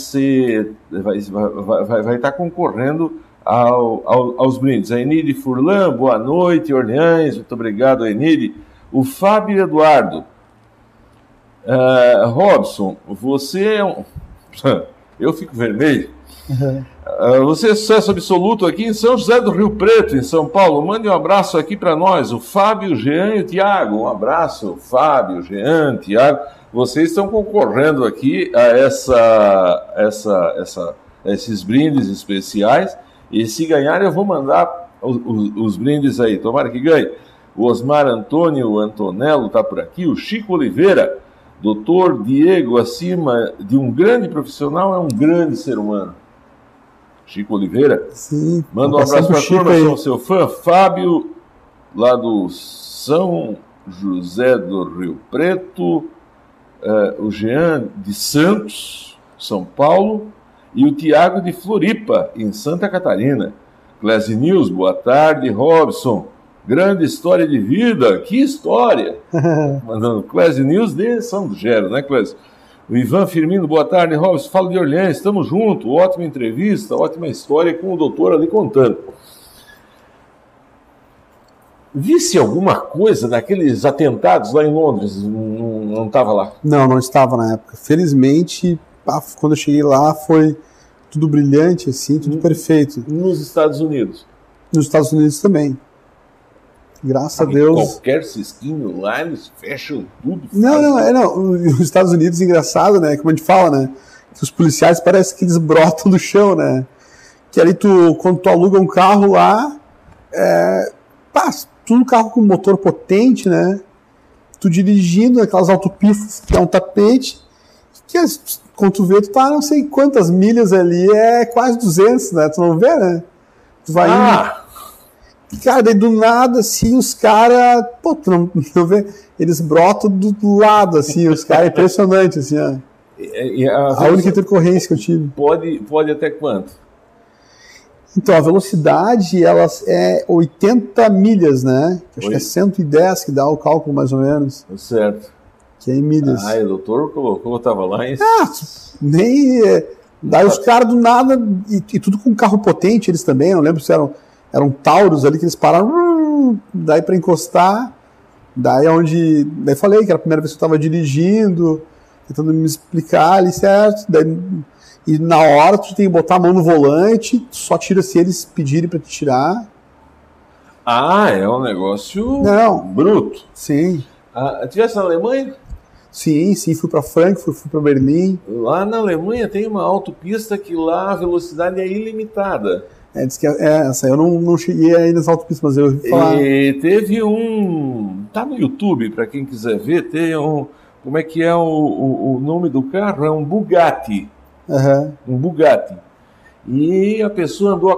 estar concorrendo aos brindes. A Enide Furlan, boa noite, Orleans, muito obrigado, Enide. O Fábio Eduardo, Robson, você é um... Eu fico vermelho. Você é sucesso absoluto aqui em São José do Rio Preto, em São Paulo. Mande um abraço aqui para nós, o Fábio, Jean e o Tiago. Um abraço, Fábio, Jean, Tiago. vocês estão concorrendo aqui a esses brindes especiais, e se ganharem eu vou mandar os brindes aí, tomara que ganhe. O Osmar Antônio Antonello está por aqui, o Chico Oliveira, doutor Diego, acima de um grande profissional, é um grande ser humano. Chico Oliveira, sim, manda um abraço para a turma, sou seu fã. Fábio, lá do São José do Rio Preto, o Jean de Santos, São Paulo, e o Tiago de Floripa, em Santa Catarina. Clésio News, boa tarde. Robson, grande história de vida, que história! Mandando Clésio News de São Gero, né, Clésio? O Ivan Firmino, boa tarde. Robson, fala de Orleans, estamos juntos, ótima entrevista, ótima história com o doutor ali contando. Visse alguma coisa daqueles atentados lá em Londres? Não estava lá? Não estava na época. Felizmente, quando eu cheguei lá, foi tudo brilhante, assim, tudo perfeito. Nos Estados Unidos? Nos Estados Unidos também. Graças a Deus. Qualquer cisquinho lá, eles fecham tudo. Não. Os Estados Unidos, engraçado, né? Como a gente fala, né? Que os policiais parece que eles brotam do chão, né? Que ali quando tu aluga um carro lá, tudo carro com motor potente, né? Tu dirigindo aquelas autopistas que é um tapete, que quando tu vê, tu tá não sei quantas milhas ali, é quase 200, né? Tu não vê, né? Tu vai indo. Cara, daí do nada, assim, os caras, tu não vê, eles brotam do lado, assim, os caras, é impressionante, assim, ó. A única intercorrência que eu tive. Pode até quanto? Então, a velocidade, elas é 80 milhas, né? Acho que é 110 que dá o cálculo, mais ou menos. Certo. Que é em milhas. O doutor colocou, eu tava lá em... nem... Daí os caras do nada, e tudo com carro potente, eles também, não lembro se eram Taurus ali que eles pararam, daí para encostar, daí falei que era a primeira vez que eu estava dirigindo, tentando me explicar ali certo, e na hora tu tem que botar a mão no volante, só tira se eles pedirem para te tirar. É um negócio bruto. Sim. Tivesse na Alemanha? Sim, fui para Frankfurt, fui para Berlim. Lá na Alemanha tem uma autopista que lá a velocidade é ilimitada. Diz que essa eu não cheguei aí nessa autopista, mas eu ouvi falar. E teve tá no YouTube, para quem quiser ver, tem como é que é o nome do carro? É um Bugatti. Um Bugatti. E a pessoa andou a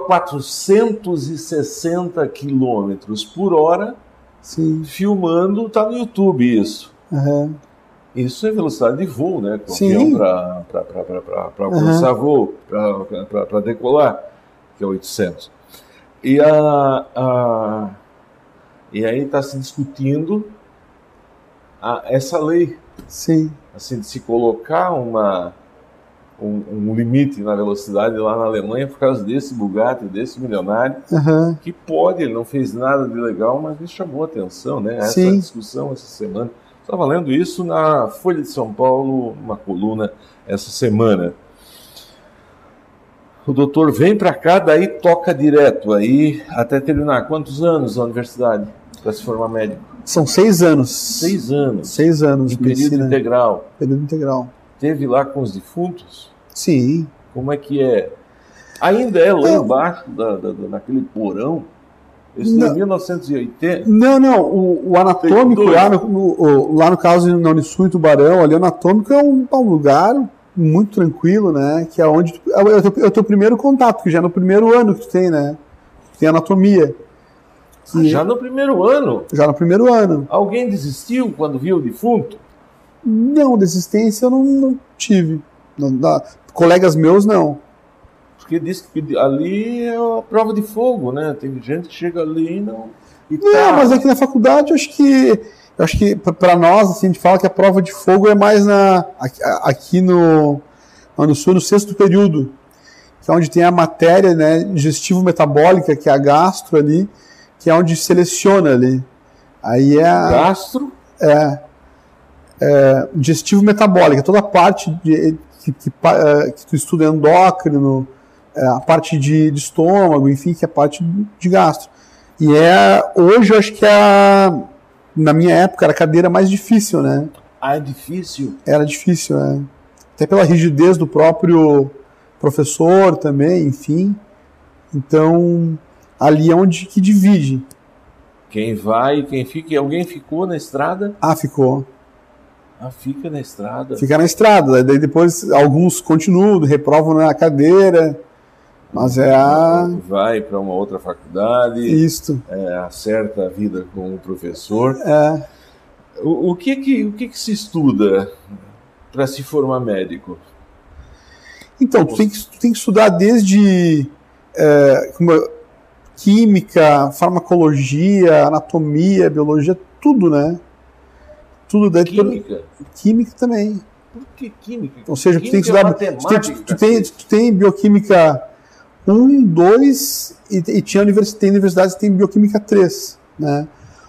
460 km por hora, sim, filmando, tá no YouTube isso. Isso é velocidade de voo, né? Com avião para alcançar voo, para decolar, que é 800. E aí está se discutindo essa lei. Sim. Assim, de se colocar um limite na velocidade lá na Alemanha por causa desse Bugatti, desse milionário, que ele não fez nada de legal, mas me chamou a atenção, né? Essa discussão essa semana. Estava lendo isso na Folha de São Paulo, uma coluna essa semana. O doutor vem para cá, daí toca direto, aí até terminar. Quantos anos na universidade para se formar médico? São 6 anos. 6 anos. 6 anos. Em período integral. Período integral. Teve lá com os defuntos? Sim. Como é que é? Ainda é lá embaixo, naquele porão? Isso em 1980? Não. O anatômico, lá no caso, na Unisul, em Tubarão, ali o anatômico é um lugar muito tranquilo, né? Que é onde é o teu primeiro contato, porque já é no primeiro ano que tu tem, né? Tu tem anatomia. Já no primeiro ano? Já no primeiro ano. Alguém desistiu quando viu o defunto? Não, desistência eu não tive. Colegas meus, não. Porque diz que ali é a prova de fogo, né? Tem gente que chega ali e não... Mas aqui na faculdade, eu acho que para nós, assim, a gente fala que a prova de fogo é mais aqui no Sul, no 6º período, que é onde tem a matéria, né, digestivo-metabólica, que é a gastro ali, que é onde seleciona ali. Aí é a... Gastro? Digestivo-metabólica, toda a parte que tu estuda endócrino, a parte de estômago, enfim, que é a parte de gastro. E hoje eu acho que na minha época era a cadeira mais difícil, né? Ah, é difícil? Era difícil, né? Até pela rigidez do próprio professor também, enfim. Então, ali é onde que divide. Quem vai e quem fica. E alguém ficou na estrada? Ah, ficou. Ah, fica na estrada. Fica na estrada. Daí depois alguns continuam, reprovam na cadeira. Mas é a... Vai para uma outra faculdade. Isto. Acerta a vida com o professor. É. O que se estuda para se formar médico? Então, tu tem que estudar desde química, farmacologia, anatomia, biologia, tudo, né? Tudo daí. Química? Química também. Por que química? Ou seja, química tu tem que estudar. Tu tem bioquímica 1, 2 e tem universidades que tem bioquímica 3, né?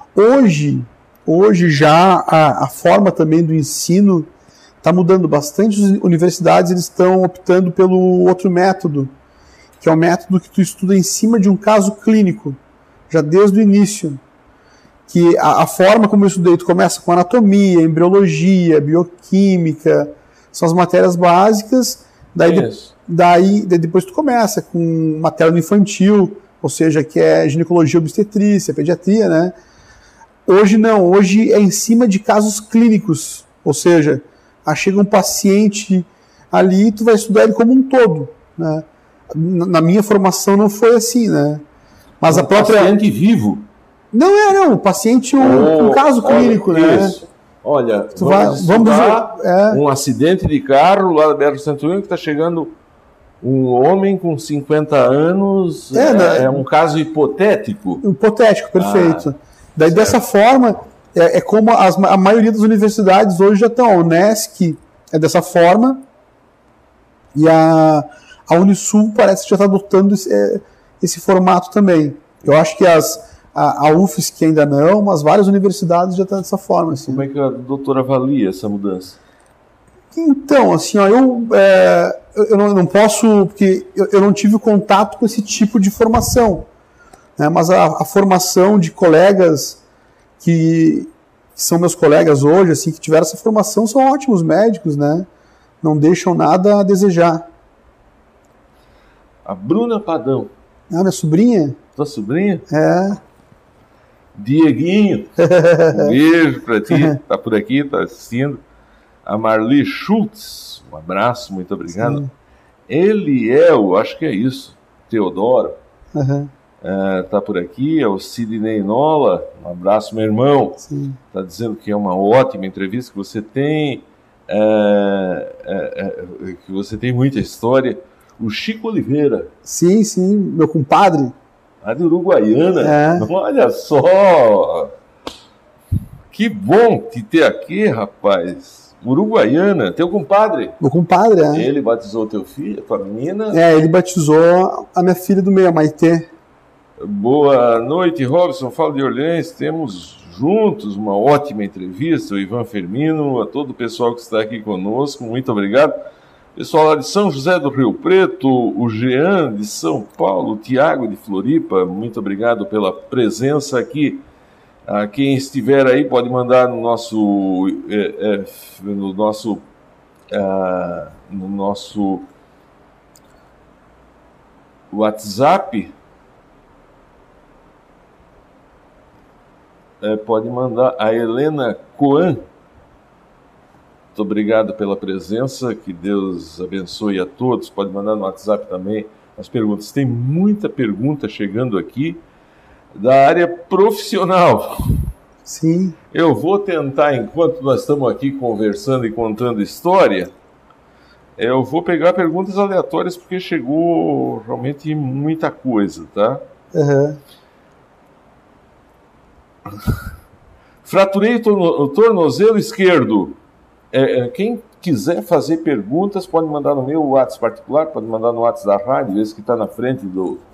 Hoje já a forma também do ensino está mudando bastante. As universidades eles estão optando pelo outro método, que é o método que tu estuda em cima de um caso clínico, já desde o início. Que a forma como eu estudei, tu começa com anatomia, embriologia, bioquímica, são as matérias básicas, daí depois tu começa com matéria no infantil, ou seja, que é ginecologia, obstetrícia, pediatria, né? Hoje não, hoje é em cima de casos clínicos, ou seja, chega um paciente ali e tu vai estudar ele como um todo, né? Na minha formação não foi assim, né? Mas a própria... paciente vivo? Não, paciente um caso clínico, né? Isso. Olha, vamos um acidente de carro lá da BR-101 que está chegando um homem com 50 anos, é um caso hipotético? Hipotético, perfeito. Daí certo. Dessa forma, é como a maioria das universidades hoje já estão. A Unesc é dessa forma e a Unisul parece que já está adotando esse formato também. Eu acho que a UFSC ainda não, mas várias universidades já estão dessa forma. Assim. Como é que a doutora avalia essa mudança? Então, assim, ó, eu não posso, porque eu não tive contato com esse tipo de formação. Né, mas a formação de colegas que são meus colegas hoje, assim, que tiveram essa formação, são ótimos médicos, né? Não deixam nada a desejar. A Bruna Padão. Ah, minha sobrinha? Tua sobrinha? É. Dieguinho. Um beijo pra ti, tá por aqui, tá assistindo. A Marli Schultz, um abraço, muito obrigado. Sim. Eliel, acho que é isso. Teodoro. Tá por aqui, é o Sidney Nola, um abraço, meu irmão. Está dizendo que é uma ótima entrevista, que você tem que você tem muita história. O Chico Oliveira. Sim, meu compadre. Lá de Uruguaiana. Olha só! Que bom te ter aqui, rapaz. Uruguaiana, teu compadre. Meu compadre, Ele batizou teu filho, a tua menina? Ele batizou a minha filha do meio, a Maitê. Boa noite, Robson. Falo de Orleans. Temos juntos uma ótima entrevista. O Ivan Firmino, a todo o pessoal que está aqui conosco, muito obrigado. Pessoal lá de São José do Rio Preto, o Jean de São Paulo, o Tiago de Floripa, muito obrigado pela presença aqui. Quem estiver aí pode mandar no nosso WhatsApp. Pode mandar a Helena Coan. Muito obrigado pela presença, que Deus abençoe a todos. Pode mandar no WhatsApp também as perguntas. Tem muita pergunta chegando aqui da área profissional. Sim. Eu vou tentar, enquanto nós estamos aqui conversando e contando história, eu vou pegar perguntas aleatórias, porque chegou realmente muita coisa, tá? Fraturei o tornozelo esquerdo. Quem quiser fazer perguntas pode mandar no meu WhatsApp particular, pode mandar no WhatsApp da rádio, esse que está na frente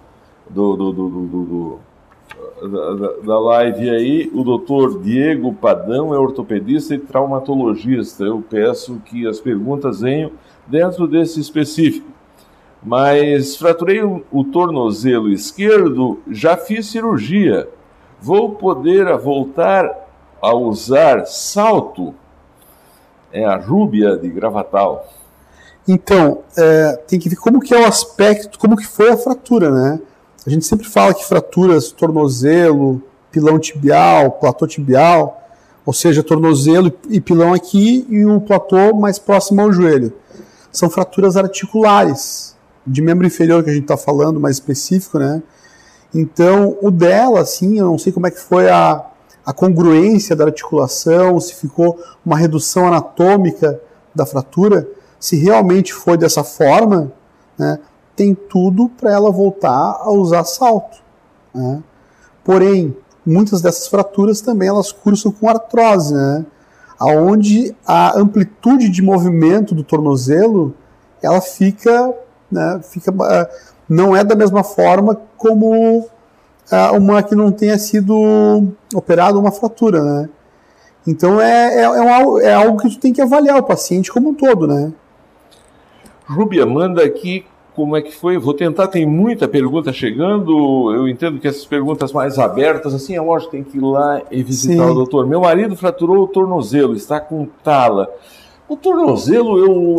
da live aí. O doutor Diego Padão é ortopedista e traumatologista. Eu peço que as perguntas venham dentro desse específico. Mas fraturei o tornozelo esquerdo, já fiz cirurgia. Vou poder voltar a usar salto? é a Rúbia de Gravatal. Então, tem que ver como que é o aspecto, como que foi a fratura, né? A gente sempre fala que fraturas, tornozelo, pilão tibial, platô tibial, ou seja, tornozelo e pilão aqui e o platô mais próximo ao joelho. São fraturas articulares, de membro inferior que a gente está falando, mais específico, né? Então, o dela, assim, eu não sei como é que foi a congruência da articulação, se ficou uma redução anatômica da fratura, se realmente foi dessa forma, né, tem tudo para ela voltar a usar salto, né? Porém, muitas dessas fraturas também elas cursam com artrose, né? Onde a amplitude de movimento do tornozelo ela fica, né, não é da mesma forma como uma que não tenha sido operada uma fratura, né? Então é algo que tu tem que avaliar o paciente como um todo, né? Rúbia, manda aqui como é que foi. Vou tentar, tem muita pergunta chegando. Eu entendo que essas perguntas mais abertas, assim, é lógico, tem que ir lá e visitar o doutor. Meu marido fraturou o tornozelo, está com tala. O tornozelo,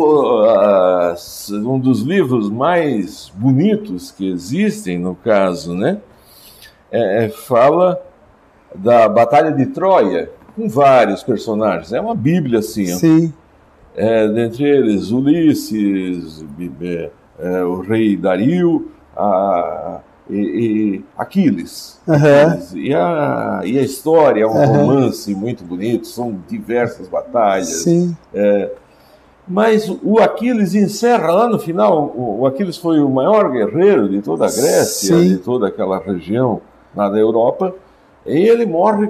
um dos livros mais bonitos que existem, no caso, né? Fala da Batalha de Troia, com vários personagens. É uma bíblia, assim. Sim. Dentre eles, Ulisses, o rei Dario, e Aquiles. Uhum. E a história é um romance muito bonito, são diversas batalhas. Sim. Mas o Aquiles encerra lá no final. O Aquiles foi o maior guerreiro de toda a Grécia, Sim, de toda aquela região lá da Europa, e ele morre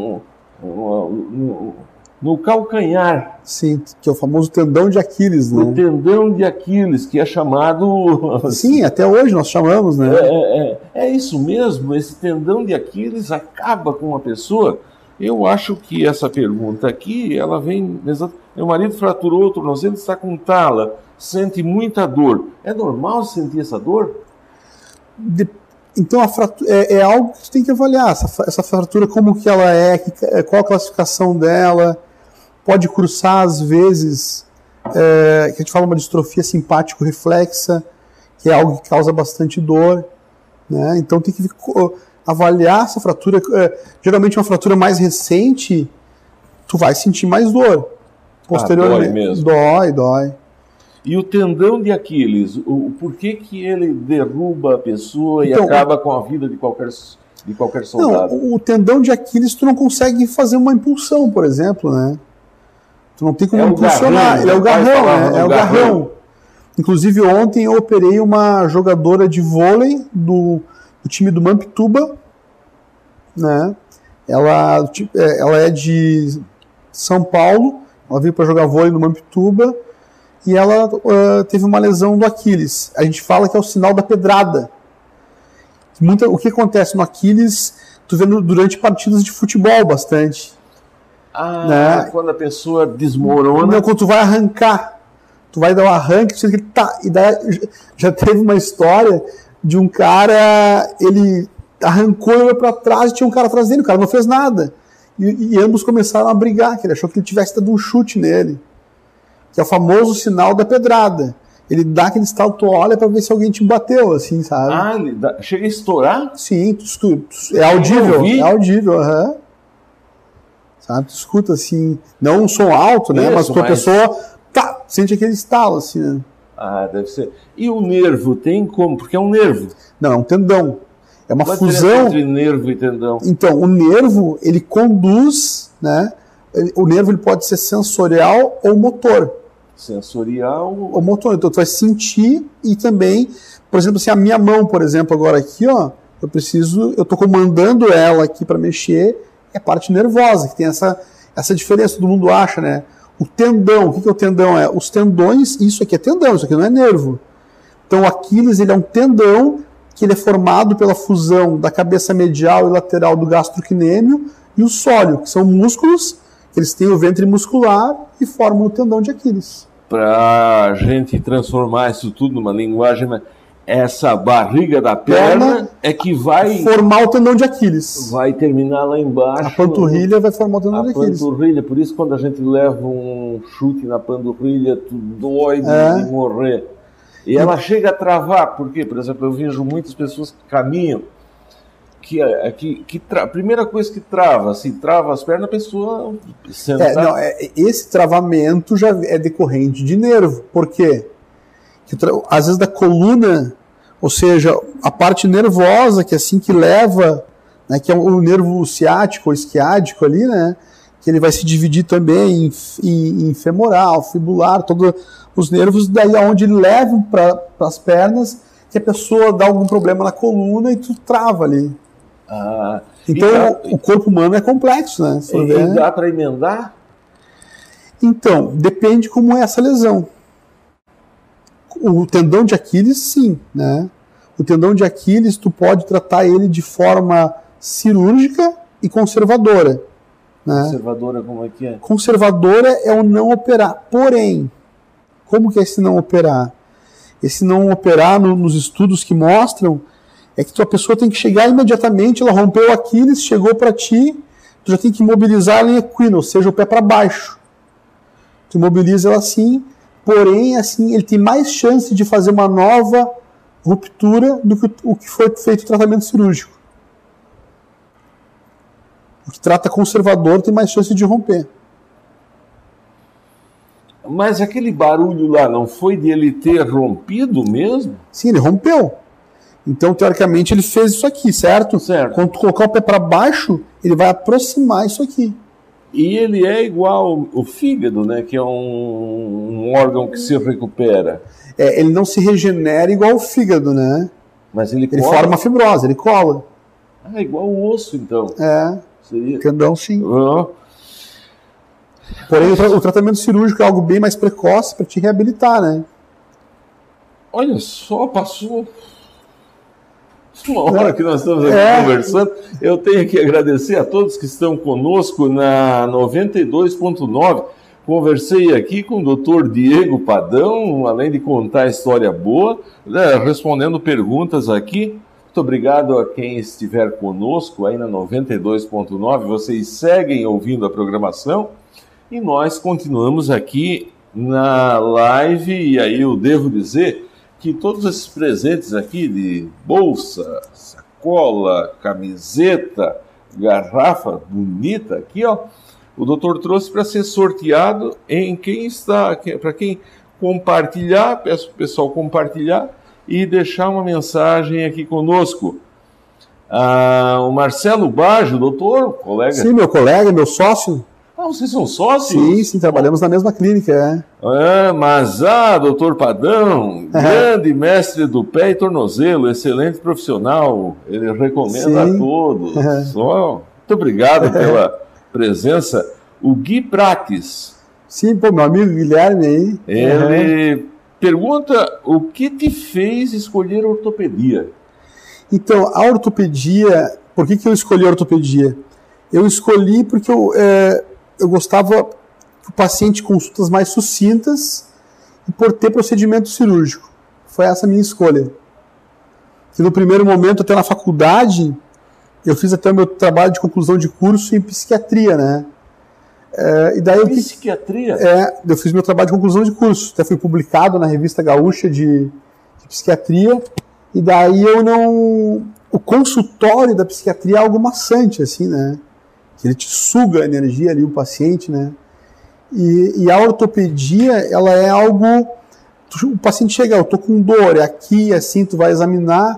no calcanhar. Sim, que é o famoso tendão de Aquiles, né? O tendão de Aquiles, que é chamado... Sim, até hoje nós chamamos, né? É isso mesmo, esse tendão de Aquiles acaba com uma pessoa. Eu acho que essa pergunta aqui, ela vem... Meu marido fraturou o tornozelo, está com tala, sente muita dor. É normal sentir essa dor? Então, a fratura é algo que você tem que avaliar. Essa fratura, como que ela qual a classificação dela. Pode cursar, às vezes, que a gente fala uma distrofia simpático-reflexa, que é algo que causa bastante dor, né? Então, tem que avaliar essa fratura. Geralmente, uma fratura mais recente, tu vai sentir mais dor. Posteriormente. Dói mesmo. Dói. E o tendão de Aquiles, por que ele derruba a pessoa e acaba com a vida de qualquer soldado? Não, o tendão de Aquiles tu não consegue fazer uma impulsão, por exemplo, né? Tu não tem como impulsionar. Ele é o garrão, né? É o garrão. Inclusive, ontem eu operei uma jogadora de vôlei do time do Mampituba, né? Ela é de São Paulo, ela veio para jogar vôlei no Mampituba, e ela teve uma lesão do Aquiles. A gente fala que é o sinal da pedrada. O que acontece no Aquiles, tu vê durante partidas de futebol bastante. Né? Quando a pessoa desmorona. Não, quando tu vai arrancar. Tu vai dar um arranque, e daí já teve uma história de um cara, ele arrancou para trás e tinha um cara atrás dele, o cara não fez nada. E ambos começaram a brigar, que ele achou que ele tivesse dado um chute nele. Que é o famoso sinal da pedrada. Ele dá aquele estalo, tu olha pra ver se alguém te bateu, assim, sabe? Chega a estourar? Sim, é audível, sabe? Tu escuta, assim, não um som alto, né? Mas tua pessoa, sente aquele estalo, assim, né? Deve ser. E o nervo, tem como? Porque é um nervo. Não, é um tendão. É uma Qual fusão entre nervo e tendão? Então, o nervo, ele conduz, né? O nervo ele pode ser sensorial ou motor. Sensorial ou motor. Então, tu vai sentir e também, por exemplo, assim, a minha mão, por exemplo, agora aqui, ó, eu tô comandando ela aqui para mexer, é a parte nervosa, que tem essa diferença, todo mundo acha, né? O tendão, o que é o tendão? Os tendões, isso aqui é tendão, isso aqui não é nervo. Então, o Aquiles, ele é um tendão que ele é formado pela fusão da cabeça medial e lateral do gastrocnêmio e o sóleo, que são músculos. Eles têm o ventre muscular e formam o tendão de Aquiles. Para a gente transformar isso tudo numa linguagem, essa barriga da perna é que vai formar o tendão de Aquiles. Vai terminar lá embaixo. A panturrilha vai formar o tendão de Aquiles. A panturrilha, por isso quando a gente leva um chute na panturrilha, tu dói de morrer. E ela chega a travar, porque, por exemplo, eu vejo muitas pessoas que caminham, a primeira coisa que trava, assim, trava as pernas, a pessoa senta... Esse travamento já é decorrente de nervo. Por quê? Às vezes da coluna, ou seja, a parte nervosa, que é assim que leva, né, que é o nervo ciático ou isquiático ali, né, que ele vai se dividir também em femoral, fibular, todos os nervos, daí aonde ele leva para as pernas, que a pessoa dá algum problema na coluna e tu trava ali. Então o corpo humano é complexo, né? E dá para emendar? Então, depende como é essa lesão. O tendão de Aquiles, sim, né? O tendão de Aquiles, tu pode tratar ele de forma cirúrgica e conservadora. Né? Conservadora, como é que é? Conservadora é o não operar. Porém, como que é esse não operar? Esse não operar, nos estudos que mostram, é que a pessoa tem que chegar imediatamente, ela rompeu o Aquiles, chegou para ti, tu já tem que imobilizar ela em equino, ou seja, o pé para baixo. Tu imobiliza ela assim, porém, assim, ele tem mais chance de fazer uma nova ruptura do que o que foi feito o tratamento cirúrgico. O que trata conservador tem mais chance de romper. Mas aquele barulho lá não foi de ele ter rompido mesmo? Sim, ele rompeu. Então, teoricamente, ele fez isso aqui, certo? Certo. Quando tu colocar o pé para baixo, ele vai aproximar isso aqui. E ele é igual o fígado, né? Que é um órgão que se recupera. Ele não se regenera igual o fígado, né? Mas ele forma fibrose, ele cola. Igual o osso, então. Seria. Tendão, sim. Uhum. Porém, o tratamento cirúrgico é algo bem mais precoce para te reabilitar, né? Olha só, passou uma hora que nós estamos aqui conversando. Eu tenho que agradecer a todos que estão conosco na 92.9. Conversei aqui com o Dr. Diego Padão, além de contar história boa, respondendo perguntas aqui. Muito obrigado a quem estiver conosco aí na 92.9. Vocês seguem ouvindo a programação e nós continuamos aqui na live. E aí eu devo dizer que todos esses presentes aqui de bolsa, sacola, camiseta, garrafa bonita aqui, ó, o doutor trouxe para ser sorteado em para quem compartilhar. Peço para o pessoal compartilhar e deixar uma mensagem aqui conosco. O Marcelo Baggio, doutor, colega. Sim, meu colega, meu sócio. Vocês são sócios? Sim, trabalhamos na mesma clínica, Mas, doutor Padão, grande mestre do pé e tornozelo, excelente profissional, ele recomenda a todos. Muito obrigado pela presença. O Gui Prates. Sim, meu amigo Guilherme aí. Ele pergunta o que te fez escolher ortopedia? Então, a ortopedia, por que eu escolhi a ortopedia? Eu escolhi porque eu gostava que o paciente consultas mais sucintas e por ter procedimento cirúrgico. Foi essa a minha escolha. E no primeiro momento, até na faculdade, eu fiz até o meu trabalho de conclusão de curso em psiquiatria, né? E daí psiquiatria? Eu fiz meu trabalho de conclusão de curso. Até fui publicado na Revista Gaúcha de Psiquiatria. E daí o consultório da psiquiatria é algo maçante, assim, né? Que ele te suga a energia ali, o paciente, né? E a ortopedia, ela é algo... O paciente chega, eu tô com dor, é aqui, assim, tu vai examinar.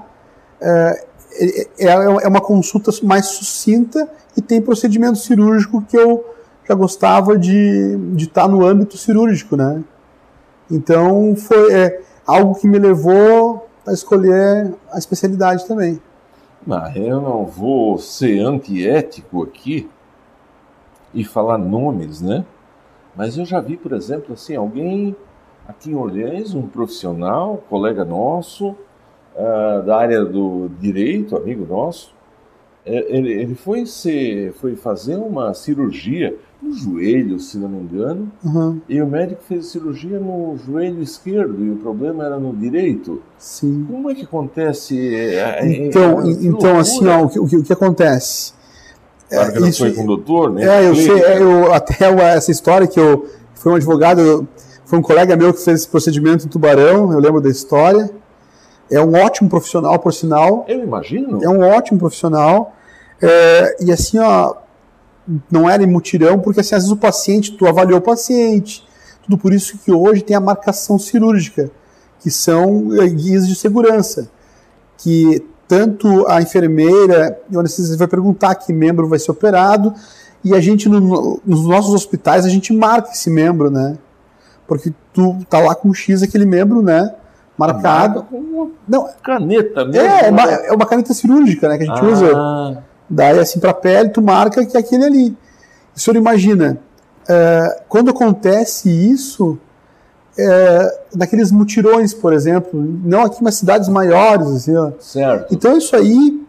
É uma consulta mais sucinta e tem procedimento cirúrgico que eu já gostava de estar no âmbito cirúrgico, né? Então, foi algo que me levou a escolher a especialidade também. Mas eu não vou ser antiético aqui e falar nomes, né? Mas eu já vi, por exemplo, assim, alguém aqui em Orleans, um profissional, colega nosso, da área do direito, amigo nosso, Ele foi fazer uma cirurgia no joelho, se não me engano, e o médico fez cirurgia no joelho esquerdo e o problema era no direito. Sim. Como é que acontece? Então assim, ó, o que acontece? Claro que não foi com o doutor, né? Eu sei, essa história que foi um advogado, foi um colega meu que fez esse procedimento em Tubarão, eu lembro da história. É um ótimo profissional, por sinal. Eu imagino. É um ótimo profissional. E assim, ó, não era em mutirão, porque assim, às vezes o paciente, tu avaliou o paciente, tudo por isso que hoje tem a marcação cirúrgica, que são guias de segurança, que tanto a enfermeira e o anestesista vai perguntar que membro vai ser operado, e a gente, nos nossos hospitais, a gente marca esse membro, né? Porque tu tá lá com X aquele membro, né? Marcado. Com uma caneta mesmo. É uma caneta cirúrgica, né? Que a gente usa. Daí, assim, pra pele, tu marca que é aquele ali. O senhor imagina, quando acontece isso, naqueles mutirões, por exemplo, não aqui, mas cidades maiores, assim, ó. Certo. Então, isso aí,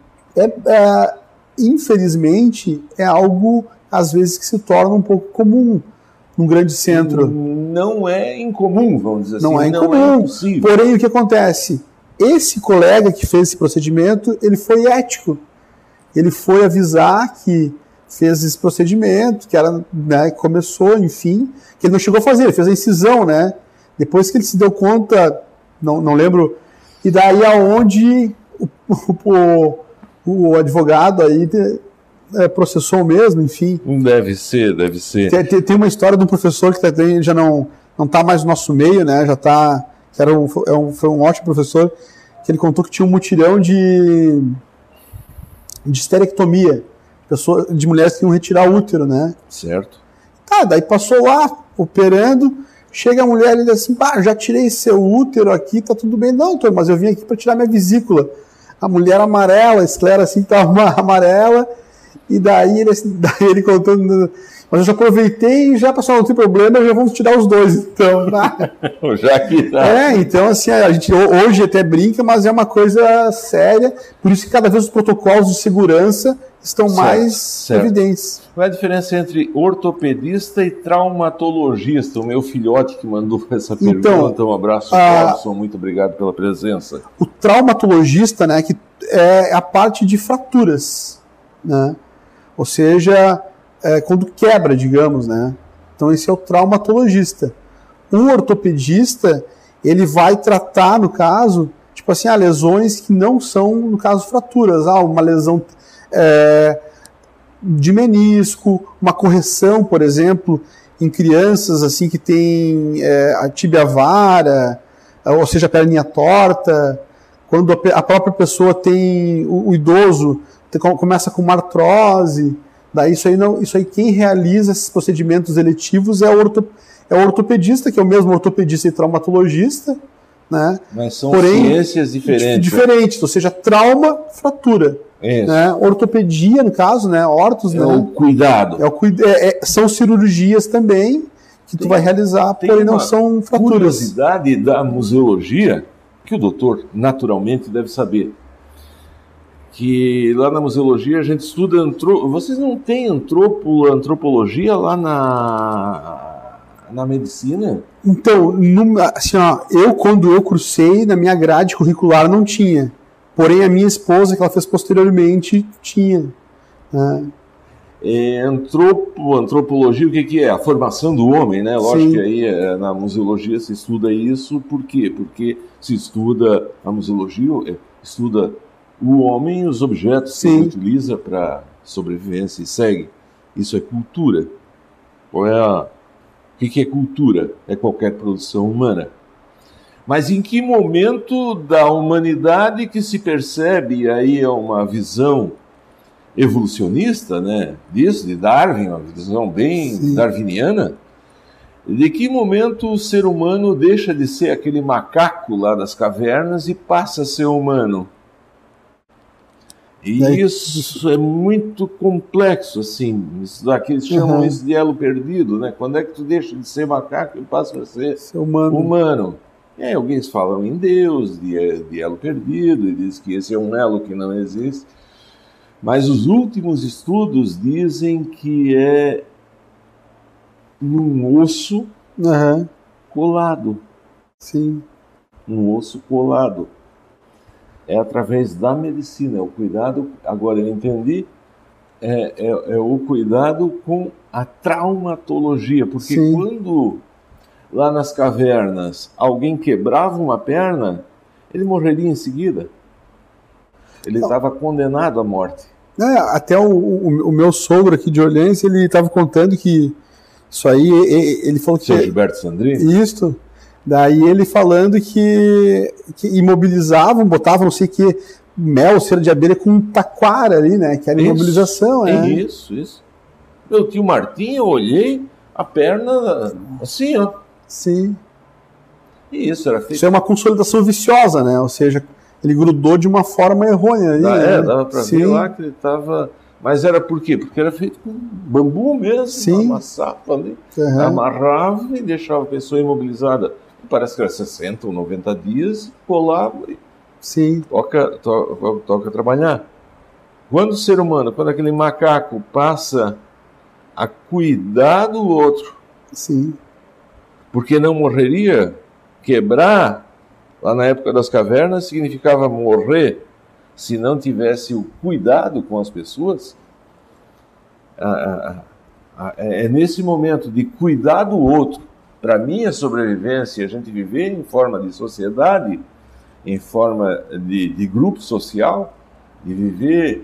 infelizmente, é algo, às vezes, que se torna um pouco comum num grande centro. Não é incomum, vamos dizer assim. Não é incomum. Porém, o que acontece? Esse colega que fez esse procedimento, ele foi ético. Ele foi avisar que fez esse procedimento, que era, né, começou, enfim, que ele não chegou a fazer, ele fez a incisão, né? Depois que ele se deu conta, não lembro, e daí aonde o advogado aí processou mesmo, enfim. Deve ser. Tem uma história de um professor que já não está mais no nosso meio, né? Já está, foi um ótimo professor, que ele contou que tinha um mutirão de esterectomia, de mulheres que iam retirar o útero, né? Certo. Daí passou lá, operando, chega a mulher e diz assim, já tirei seu útero aqui, tá tudo bem. Não, doutor, mas eu vim aqui para tirar minha vesícula. A mulher amarela, a esclera assim, tava amarela, e daí ele contando, mas eu já aproveitei e já passou, não tem problema, já vamos tirar os dois, então. Já que tá. Então assim, a gente hoje até brinca, mas é uma coisa séria, por isso que cada vez os protocolos de segurança estão mais evidentes. Qual é a diferença entre ortopedista e traumatologista? O meu filhote que mandou essa pergunta, um abraço, Robson, muito obrigado pela presença. O traumatologista, né, que é a parte de fraturas, né? Ou seja, quando quebra, digamos, né? Então esse é o traumatologista. O ortopedista, ele vai tratar, no caso, tipo assim, lesões que não são, no caso, fraturas. Uma lesão de menisco, uma correção, por exemplo, em crianças assim que tem a tíbia vara, ou seja, a perninha torta, quando a própria pessoa tem, o idoso começa com uma artrose, daí isso aí quem realiza esses procedimentos eletivos é o ortopedista, que é o mesmo ortopedista e traumatologista, né? Mas são ciências diferentes, ou seja, trauma, fratura. Né? Ortopedia, no caso, né? Ortos, né? O cuidado. São cirurgias também que tu vai realizar, porém não são fraturas. Curiosidade da museologia, que o doutor naturalmente deve saber, que lá na museologia a gente estuda vocês não têm antropologia lá na medicina? Então, assim, quando eu cursei, na minha grade curricular não tinha. Porém, a minha esposa, que ela fez posteriormente, tinha. Né? Antropologia, o que é? A formação do homem, né? Lógico Sim. que aí na museologia se estuda isso. Por quê? Porque se estuda a museologia, estuda o homem e os objetos que ele utiliza para sobrevivência e segue. Isso é cultura. O que é cultura? É qualquer produção humana. Mas em que momento da humanidade que se percebe, e aí é uma visão evolucionista, né, disso, de Darwin, uma visão bem darwiniana, de que momento o ser humano deixa de ser aquele macaco lá das cavernas e passa a ser humano? E isso é muito complexo, assim, eles chamam isso de elo perdido, né? Quando é que tu deixa de ser macaco e passa a ser humano? E aí alguns falam em Deus, de elo perdido, e diz que esse é um elo que não existe. Mas os últimos estudos dizem que é num osso colado. Sim. Um osso colado. É através da medicina, é o cuidado, agora eu entendi, é o cuidado com a traumatologia, porque Sim. quando lá nas cavernas alguém quebrava uma perna, ele morreria em seguida. Ele estava condenado à morte. Até o meu sogro aqui de Orleans, ele estava contando que isso aí, ele falou que... Seu Gilberto Sandri? Isso. Daí ele falando que imobilizavam, botavam não sei o que, mel, cera de abelha com taquara ali, né? Que era imobilização, né? Isso. Meu tio Martim, eu olhei a perna assim, ó. Sim. E isso era feito... Isso é uma consolidação viciosa, né? Ou seja... Ele grudou de uma forma errônea. Ali, né? Dava para ver lá que ele estava... Mas era por quê? Porque era feito com bambu mesmo, amassava ali, amarrava e deixava a pessoa imobilizada. Parece que era 60 ou 90 dias, colava e toca trabalhar. Quando o ser humano, quando aquele macaco passa a cuidar do outro, porque não morreria, quebrar... Lá na época das cavernas significava morrer se não tivesse o cuidado com as pessoas. É nesse momento de cuidar do outro, para minha sobrevivência, a gente viver em forma de sociedade, em forma de grupo social, de viver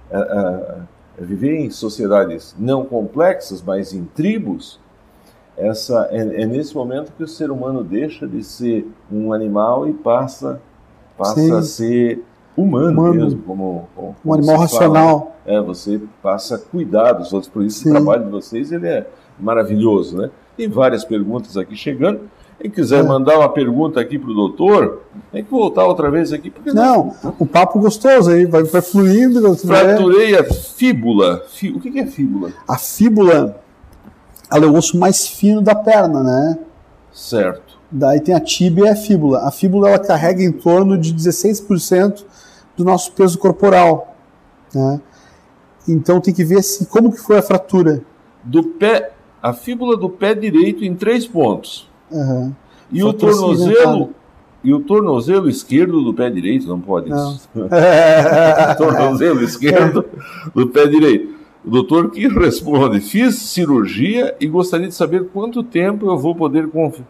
em sociedades não complexas, mas em tribos. É nesse momento que o ser humano deixa de ser um animal e passa a ser humano mesmo, como um animal racional. Você passa a cuidar dos outros, por isso o trabalho de vocês ele é maravilhoso, né? Tem várias perguntas aqui chegando. Quem quiser mandar uma pergunta aqui para o doutor, tem que voltar outra vez aqui. Porque o papo gostoso aí, vai fluindo. Fraturei a fíbula. O que é fíbula? A fíbula... Ela é o osso mais fino da perna, né? Certo. Daí tem a tíbia e a fíbula. A fíbula ela carrega em torno de 16% do nosso peso corporal, né? Então tem que ver assim, como que foi a fratura. A fíbula do pé direito em 3 pontos. E o tornozelo esquerdo do pé direito, não pode isso. Tornozelo esquerdo do pé direito. O doutor que responde: fiz cirurgia e gostaria de saber quanto tempo eu vou poder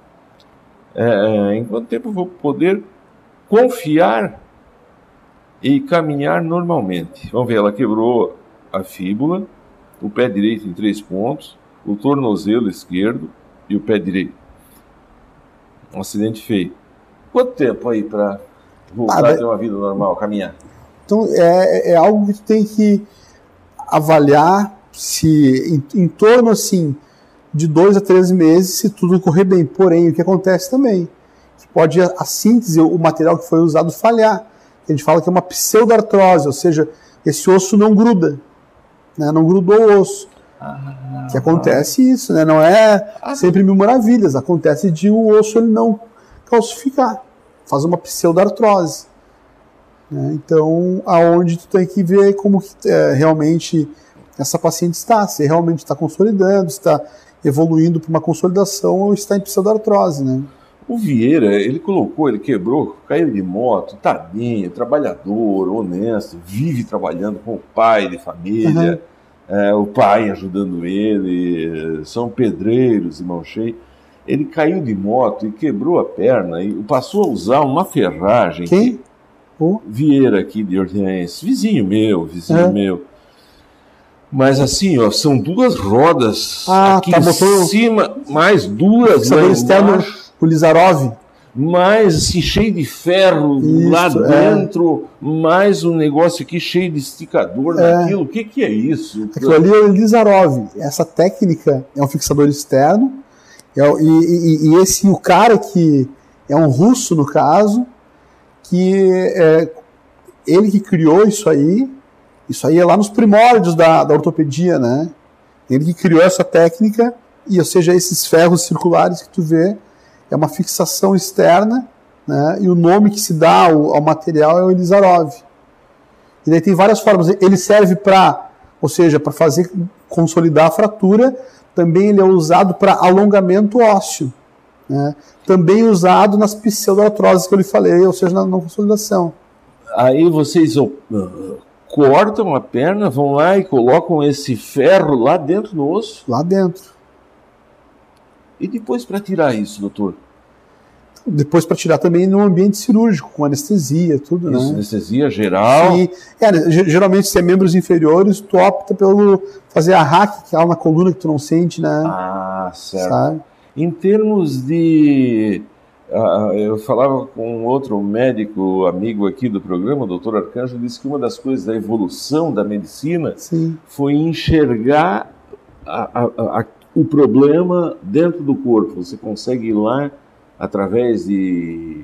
em quanto tempo eu vou poder confiar e caminhar normalmente. Vamos ver, ela quebrou a fíbula, o pé direito em 3 pontos, o tornozelo esquerdo e o pé direito. Um acidente feio. Quanto tempo aí para voltar a ter uma vida normal, caminhar? Então é algo que tu tem que avaliar se em torno assim de 2 a 3 meses, se tudo correr bem. Porém, o que acontece também, pode a síntese, o material que foi usado falhar. A gente fala que é uma pseudartrose, ou seja, esse osso não gruda, né? Não grudou o osso. Que acontece isso, né? Não é sempre mil maravilhas, acontece de o osso ele não calcificar, faz uma pseudartrose. Então, aonde tu tem que ver como que realmente essa paciente está, se realmente está consolidando, está evoluindo para uma consolidação ou está em pseudartrose, né? O Vieira, ele quebrou, caiu de moto, tadinho, trabalhador, honesto, vive trabalhando com o pai de família, o pai ajudando ele, são pedreiros, irmão cheio. Ele caiu de moto e quebrou a perna e passou a usar uma ferragem. Quem? Vieira aqui de Orleans, vizinho meu. Mas assim, ó, são 2 rodas aqui em cima, mais 2 lá embaixo. O Lizarov. Mais assim, cheio de ferro lá dentro, mais um negócio aqui cheio de esticador naquilo. O que é isso? Aquilo ali é o Lizarov. Essa técnica é um fixador externo. O cara que é um russo, no caso, que ele que criou isso aí é lá nos primórdios da ortopedia, né? Ele que criou essa técnica, ou seja, esses ferros circulares que tu vê, é uma fixação externa, né? E o nome que se dá ao material é o Elizarov. E daí tem várias formas. Ele serve para, ou seja, para fazer consolidar a fratura. Também ele é usado para alongamento ósseo, né? Também usado nas pseudoartroses que eu lhe falei, ou seja, na consolidação. Aí vocês cortam a perna, vão lá e colocam esse ferro lá dentro do osso? Lá dentro. E depois para tirar isso, doutor? Depois para tirar também no ambiente cirúrgico, com anestesia, tudo, isso, né? Anestesia geral? Sim. Geralmente, se é membros inferiores, tu opta pelo fazer a hack, que é na coluna que tu não sente, né? Ah, certo. Sabe? Em termos de... eu falava com outro médico amigo aqui do programa, o doutor Arcanjo, disse que uma das coisas da evolução da medicina Sim. foi enxergar o problema dentro do corpo. Você consegue ir lá através de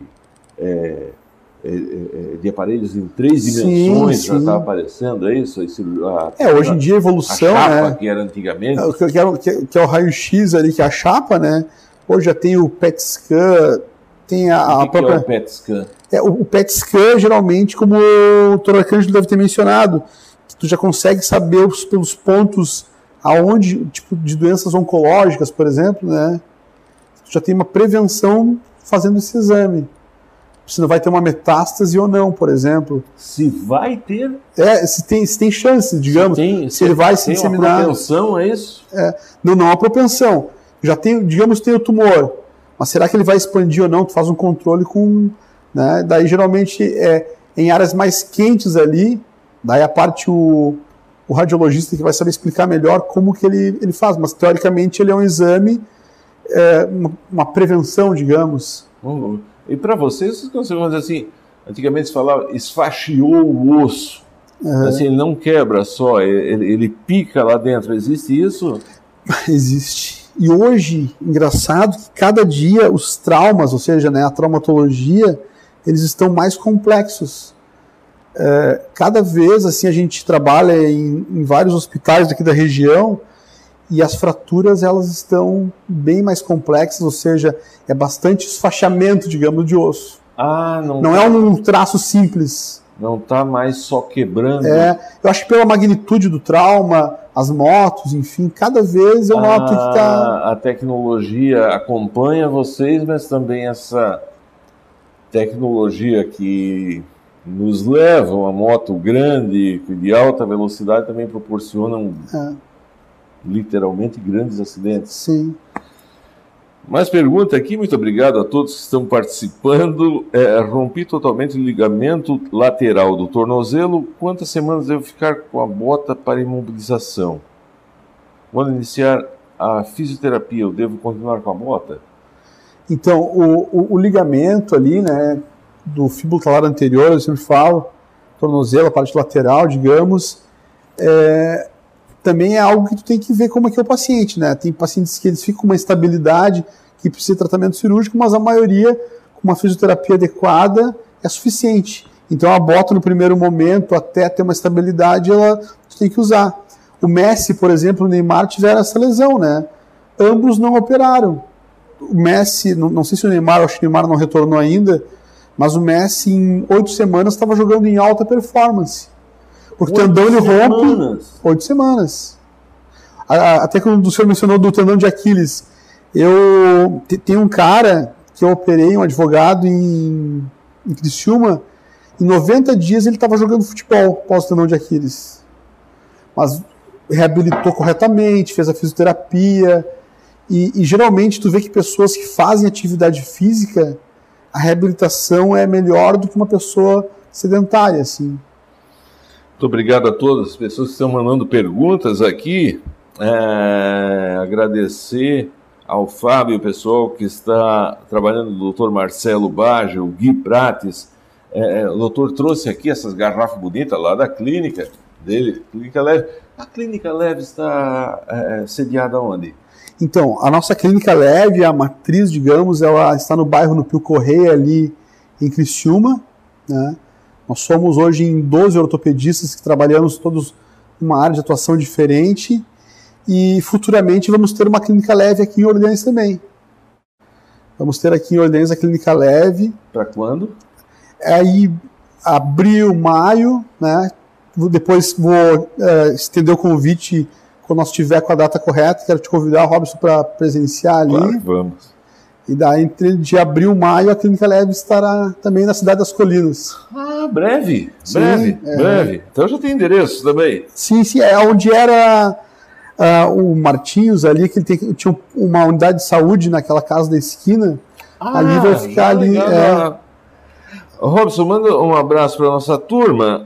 aparelhos em 3 dimensões, sim, já está aparecendo, é isso? Hoje em dia a evolução, a chapa, né? que era antigamente. Que é o raio-x ali, que é a chapa, né? Hoje já tem o PET scan, tem a própria... é o PET scan? O PET scan, geralmente, como o Dr. Arcanjo deve ter mencionado, que tu já consegue saber pelos pontos aonde, tipo, de doenças oncológicas, por exemplo, né? Tu já tem uma prevenção fazendo esse exame. Se não vai ter uma metástase ou não, por exemplo. Se vai ter? Se tem chance, digamos. Se ele vai se disseminar. Tem uma propensão, é isso? Não há propensão. Já tem, digamos, tem o tumor. Mas será que ele vai expandir ou não? Tu faz um controle com... Né? Daí, geralmente, em áreas mais quentes ali, daí a parte o radiologista que vai saber explicar melhor como que ele faz. Mas, teoricamente, ele é um exame, uma prevenção, digamos. E para vocês conseguem dizer assim, antigamente se falava, esfaciou o osso. Assim, ele não quebra só, ele pica lá dentro. Existe isso? Existe. E hoje, engraçado, que cada dia os traumas, ou seja, né, a traumatologia, eles estão mais complexos. Cada vez, assim, a gente trabalha em vários hospitais daqui da região e as fraturas, elas estão bem mais complexas, ou seja, é bastante esfaciamento, digamos, de osso. Não é um traço simples. Não está mais só quebrando. Eu acho que pela magnitude do trauma, as motos, enfim, cada vez eu noto que está... A tecnologia acompanha vocês, mas também essa tecnologia que nos leva a uma moto grande, de alta velocidade, também proporcionam literalmente grandes acidentes. Sim. Mais pergunta aqui, muito obrigado a todos que estão participando. Rompi totalmente o ligamento lateral do tornozelo. Quantas semanas devo ficar com a bota para imobilização? Quando iniciar a fisioterapia, eu devo continuar com a bota? Então, o ligamento ali, né, do fíbulo talar anterior, eu sempre falo, tornozelo, a parte lateral, digamos, também é algo que tu tem que ver como é que é o paciente, né? Tem pacientes que eles ficam com uma estabilidade, que precisa de tratamento cirúrgico, mas a maioria, com uma fisioterapia adequada, é suficiente. Então a bota no primeiro momento, até ter uma estabilidade, tu tem que usar. O Messi, por exemplo, o Neymar tiveram essa lesão, né? Ambos não operaram. O Messi, não sei se o Neymar, acho que o Neymar não retornou ainda, mas o Messi em 8 semanas estava jogando em alta performance. Porque o tendão ele rompe 8 semanas. Até quando o senhor mencionou do tendão de Aquiles, tem um cara que eu operei, um advogado em Criciúma, em 90 dias ele estava jogando futebol pós tendão de Aquiles. Mas reabilitou corretamente, fez a fisioterapia, e geralmente tu vê que pessoas que fazem atividade física, a reabilitação é melhor do que uma pessoa sedentária, assim. Muito obrigado a todas as pessoas que estão mandando perguntas aqui. Agradecer ao Fábio, o pessoal que está trabalhando, o doutor Marcelo Baggio, o Gui Prates. O doutor trouxe aqui essas garrafas bonitas lá da clínica dele, Clínica Leve. A Clínica Leve está sediada onde? Então, a nossa Clínica Leve, a matriz, digamos, ela está no bairro no Pio Correia, ali em Criciúma, né? Nós somos hoje em 12 ortopedistas que trabalhamos todos numa área de atuação diferente e futuramente vamos ter uma clínica leve aqui em Orleans também. Vamos ter aqui em Orleans a clínica leve. Para quando? Aí, abril, maio, né? depois vou estender o convite quando nós estiver com a data correta. Quero te convidar, Robson, para presenciar ali. Claro, vamos. E daí, de abril e maio, a Clínica Leve estará também na Cidade das Colinas. Ah, breve. Sim, Breve. Então já tem endereço também. Sim, é onde era o Martins ali, que ele tinha uma unidade de saúde naquela casa da esquina. Ali vai ficar ali. Robson, manda um abraço para nossa turma.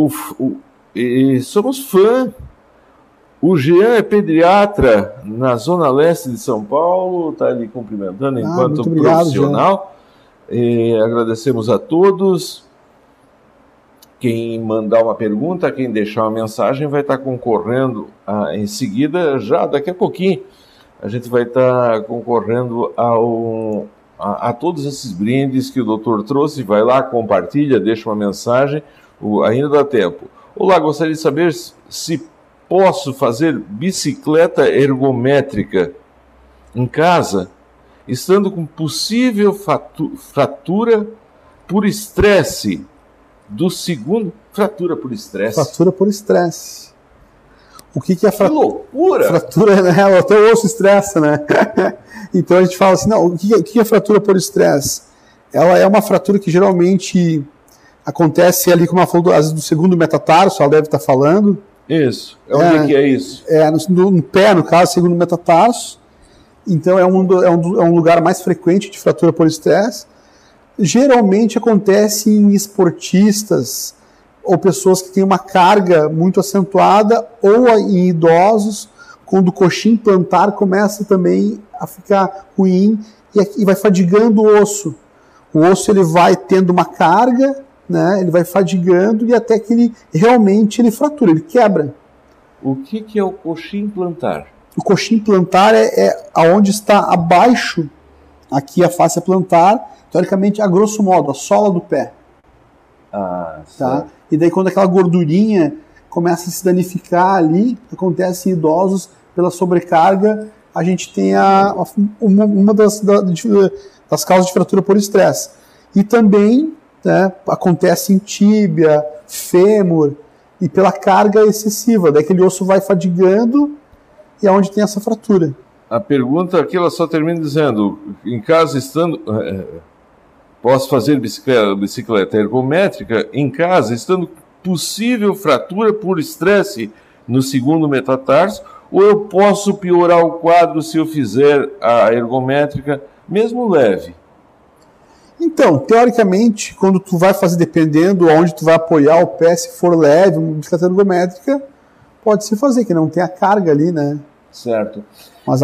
E somos fã. O Jean é pediatra na Zona Leste de São Paulo, está ali cumprimentando enquanto profissional. E agradecemos a todos. Quem mandar uma pergunta, quem deixar uma mensagem, vai estar concorrendo em seguida, já daqui a pouquinho, a gente vai estar concorrendo a todos esses brindes que o doutor trouxe. Vai lá, compartilha, deixa uma mensagem, ainda dá tempo. Olá, gostaria de saber se posso fazer bicicleta ergométrica em casa, estando com possível fratura por estresse do segundo... Fratura por estresse? Fratura por estresse. O que é fratura? Que loucura! Fratura, né? Até o osso estressa, né? Então a gente fala assim, não, o que é fratura por estresse? Ela é uma fratura que geralmente acontece ali, como ela falou, às vezes do segundo metatarso, ela deve estar falando. Isso. Onde que é isso? No pé, no caso, segundo metatarso. Então é um lugar mais frequente de fratura por estresse. Geralmente acontece em esportistas ou pessoas que têm uma carga muito acentuada, ou em idosos, quando o coxim plantar começa também a ficar ruim e vai fadigando o osso. O osso ele vai tendo uma carga, né, ele vai fadigando e até que ele realmente fratura, ele quebra. O que é o coxim plantar? O coxim plantar é aonde está abaixo, aqui a face plantar, teoricamente, a grosso modo, a sola do pé. Tá? E daí quando aquela gordurinha começa a se danificar ali, acontece em idosos, pela sobrecarga, a gente tem uma das causas de fratura por estresse. E também, né, acontece em tíbia, fêmur, e pela carga excessiva, daí aquele osso vai fadigando e é onde tem essa fratura. A pergunta aqui ela só termina dizendo, em casa estando... posso fazer bicicleta ergométrica em casa, estando possível fratura por estresse no segundo metatarso, ou eu posso piorar o quadro se eu fizer a ergométrica, mesmo leve? Então, teoricamente, quando tu vai fazer, dependendo aonde tu vai apoiar o pé, se for leve, uma bicicleta ergométrica, pode se fazer, que não tem a carga ali, né? Certo. Mas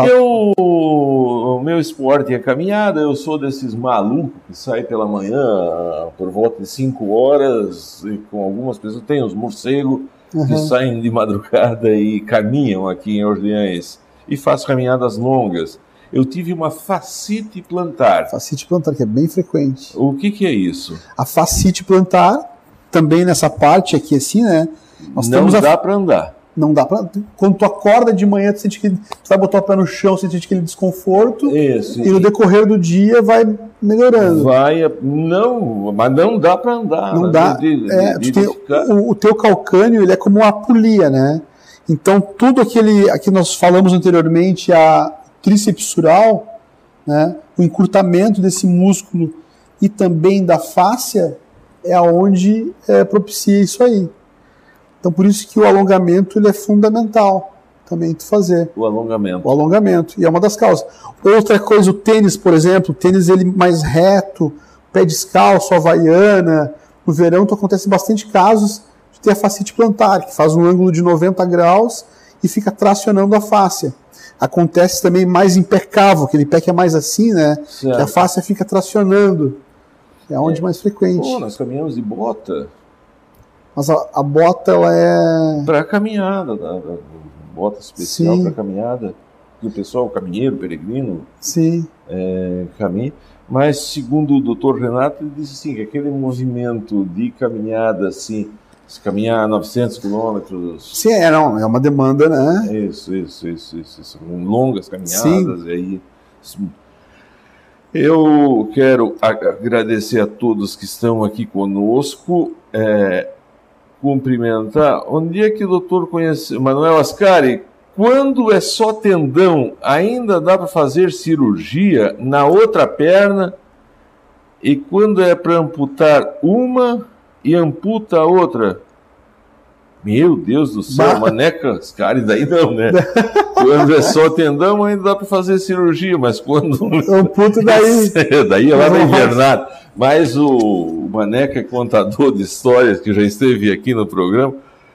o meu esporte é caminhada, eu sou desses malucos que saem pela manhã por volta de 5 horas, e com algumas pessoas, tem os morcegos que saem de madrugada e caminham aqui em Orleans, e faço caminhadas longas. Eu tive uma fascite plantar. Fascite plantar, que é bem frequente. O que é isso? A fascite plantar, também nessa parte aqui assim, né? Não dá para andar. Não dá pra... Quando tu acorda de manhã, tu sente que tu vai botar o pé no chão, tu sente aquele desconforto. Isso. E no decorrer do dia vai melhorando. Mas não dá para andar. Não dá. O teu calcânio, ele é como uma polia, né? Então, tudo aqui nós falamos anteriormente, a trícepsural, né? O encurtamento desse músculo e também da fáscia é onde propicia isso aí. Então, por isso que o alongamento ele é fundamental também tu fazer. O alongamento. O alongamento. E é uma das causas. Outra coisa, o tênis, por exemplo, o tênis ele mais reto, pé descalço, havaiana. No verão, acontece bastante casos de ter a fascite plantar, que faz um ângulo de 90 graus e fica tracionando a fáscia. Acontece também mais em pé cavo, aquele pé que é mais assim, né? Certo. Que a fáscia fica tracionando. É onde mais frequente. Pô, nós caminhamos de bota. Mas a bota, ela é... Para caminhada, bota especial para caminhada, que o pessoal, o caminheiro, o peregrino, caminha. Mas, segundo o doutor Renato, ele disse assim, que aquele movimento de caminhada, assim, se caminhar 900 quilômetros... Sim, é uma demanda, né? Isso. Longas caminhadas, e aí... Eu quero agradecer a todos que estão aqui conosco, cumprimentar. Onde é que o doutor conheceu? Manuel Ascari, quando é só tendão, ainda dá para fazer cirurgia na outra perna? E quando é para amputar uma e amputa a outra? Meu Deus do céu, Maneca Ascari, daí não, né? Quando é só tendão, ainda dá para fazer cirurgia, mas quando... Amputa daí... daí é lá na invernada. Mas o Maneca é contador de histórias, que já esteve aqui no programa,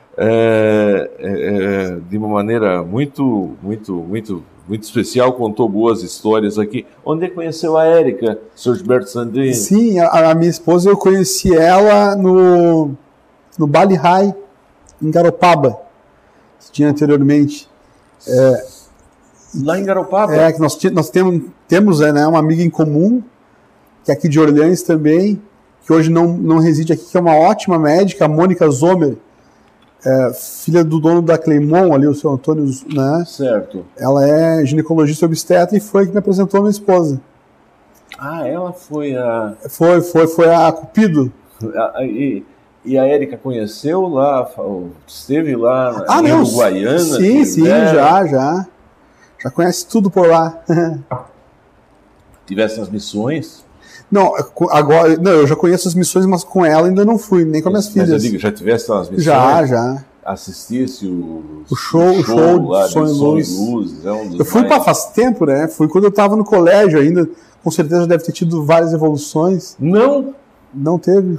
de uma maneira muito especial, contou boas histórias aqui. Onde conheceu a Érica, Sr. Gilberto Sandrini? Sim, a minha esposa, eu conheci ela no Bali High, em Garopaba, que tinha anteriormente. Lá em Garopaba? Que nós temos uma amiga em comum, que é aqui de Orleans também, que hoje não reside aqui, que é uma ótima médica, a Mônica Zomer, filha do dono da Cleimon, ali, o seu Antônio, né? Certo. Ela é ginecologista obstetra e foi que me apresentou a minha esposa. Ah, ela foi a... Foi a Cupido. E a Érica conheceu lá, esteve lá em Uruguaiana? Sim, já conhece tudo por lá. Tivesse as missões? Não, eu já conheço as missões, mas com ela ainda não fui, nem com as minhas filhas. Mas eu digo, já tivesse as missões? Já. Assistisse o show lá, de Som e Luz. Eu fui faz tempo, né? Fui quando eu estava no colégio ainda. Com certeza deve ter tido várias evoluções. Não teve.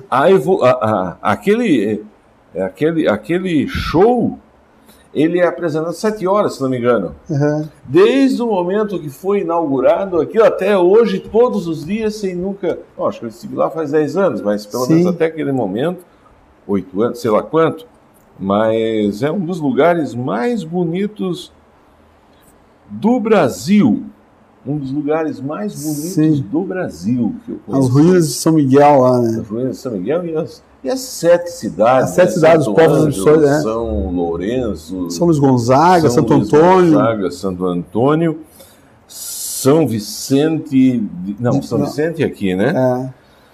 Aquele show, ele é apresentado às 7 horas, se não me engano. Uhum. Desde o momento que foi inaugurado aquilo até hoje, todos os dias, sem nunca... acho que eu estive lá faz 10 anos, mas pelo menos até aquele momento, 8 anos, sei lá quanto, mas é um dos lugares mais bonitos do Brasil. Um dos lugares mais bonitos do Brasil que eu conheço. As ruínas de São Miguel lá, né? As ruínas de São Miguel e as 7 cidades. As 7 cidades, os povos Ângelo, né? São Lourenço, São Luís Gonzaga, Santo Antônio. Santo Antônio, São Vicente. São Vicente aqui, né?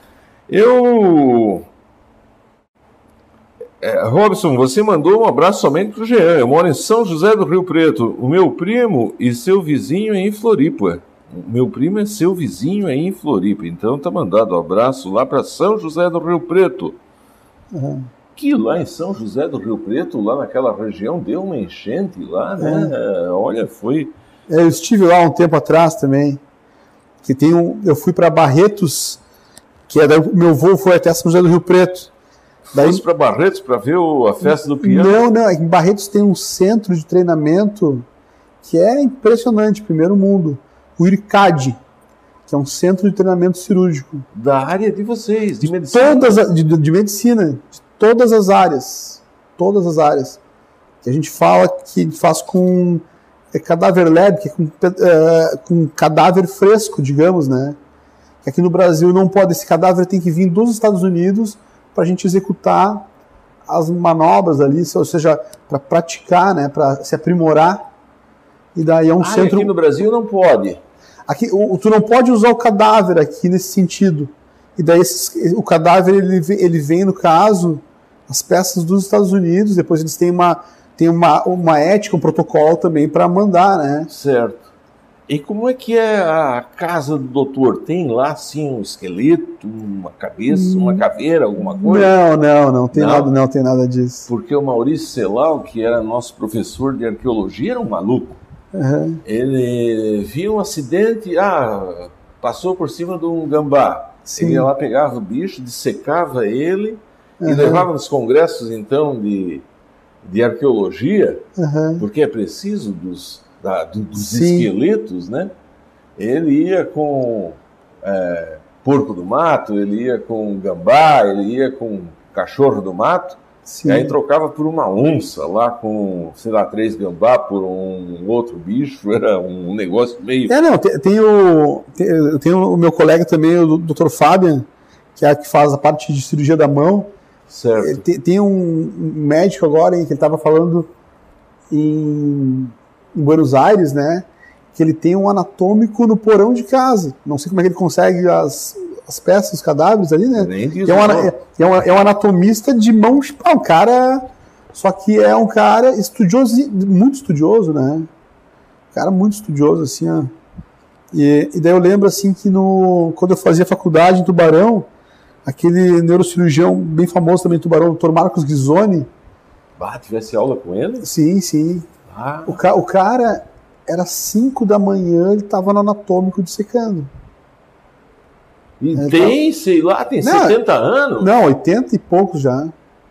Robson, você mandou um abraço somente para o Jean. Eu moro em São José do Rio Preto. O meu primo e seu vizinho é em Floripa. O meu primo é seu vizinho em Floripa. Então tá mandado um abraço lá para São José do Rio Preto. Uhum. Que lá em São José do Rio Preto, lá naquela região, deu uma enchente lá, né? Olha, foi... Eu estive lá um tempo atrás também. Eu fui para Barretos, o meu voo foi até São José do Rio Preto. Daí para Barretos para ver a festa do piano? Não, em Barretos tem um centro de treinamento que é impressionante, primeiro mundo, o IRCAD, que é um centro de treinamento cirúrgico. Da área de vocês, de medicina? De medicina, de todas as áreas, que a gente fala que faz com cadáver lab, que é com cadáver fresco, digamos, né? Que aqui no Brasil não pode, esse cadáver tem que vir dos Estados Unidos para a gente executar as manobras ali, ou seja, para praticar, né, para se aprimorar. E daí é um centro... aqui no Brasil não pode? Aqui, tu não pode usar o cadáver aqui nesse sentido. E daí o cadáver, ele vem, no caso, as peças dos Estados Unidos, depois eles têm uma ética, um protocolo também para mandar, né? Certo. E como é que é a casa do doutor? Tem lá, assim, um esqueleto, uma cabeça, uma caveira, alguma coisa? Não tem nada disso. Porque o Maurício Celal, que era nosso professor de arqueologia, era um maluco. Uhum. Ele viu um acidente, passou por cima de um gambá. Sim. Ele ia lá, pegava o bicho, dissecava ele e levava nos congressos, então, de arqueologia, porque é preciso dos esqueletos, né? Ele ia com porco do mato, ele ia com gambá, ele ia com cachorro do mato, e aí trocava por uma onça lá com, 3 gambá por um outro bicho, era um negócio meio... Eu tenho o meu colega também, o Dr. Fabian, que faz a parte de cirurgia da mão. Certo. Tem um médico agora, que ele estava falando em Buenos Aires, né, que ele tem um anatômico no porão de casa. Não sei como é que ele consegue as as peças, os cadáveres ali, né? Nem diz, É um anatomista de mãos. Um cara. Só que é um cara estudioso, muito estudioso, né? Um cara muito estudioso, assim, ó. E daí eu lembro, assim, que quando eu fazia faculdade em Tubarão, aquele neurocirurgião bem famoso também em Tubarão, o Dr. Marcos Ghisoni. Tivesse aula com ele? Sim, sim. O cara era 5 da manhã, ele estava no anatômico dissecando. E tem 70 anos? Não, 80 e poucos já.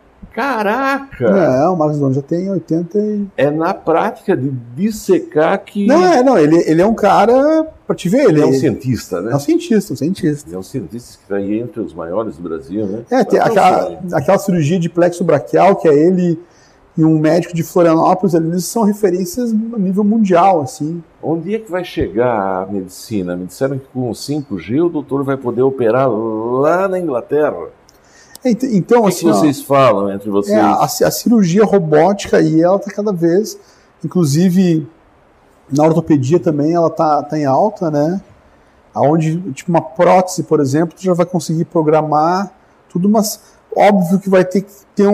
Caraca! O Marcos Ghisoni já tem 80 e... É na prática de dissecar que... Não, ele é um cara, pra te ver, ele é um cientista, né? É um cientista. Ele é um cientista que está aí entre os maiores do Brasil, né? Tem aquela cirurgia de plexo braquial, que é ele e um médico de Florianópolis, eles são referências a nível mundial, assim. Onde é que vai chegar a medicina? Me disseram que com o 5G o doutor vai poder operar lá na Inglaterra. Então, o que vocês falam entre vocês? A cirurgia robótica, e ela está cada vez, inclusive na ortopedia também, ela tá em alta, né? Onde, tipo, uma prótese, por exemplo, tu já vai conseguir programar tudo, mas óbvio que vai ter que ter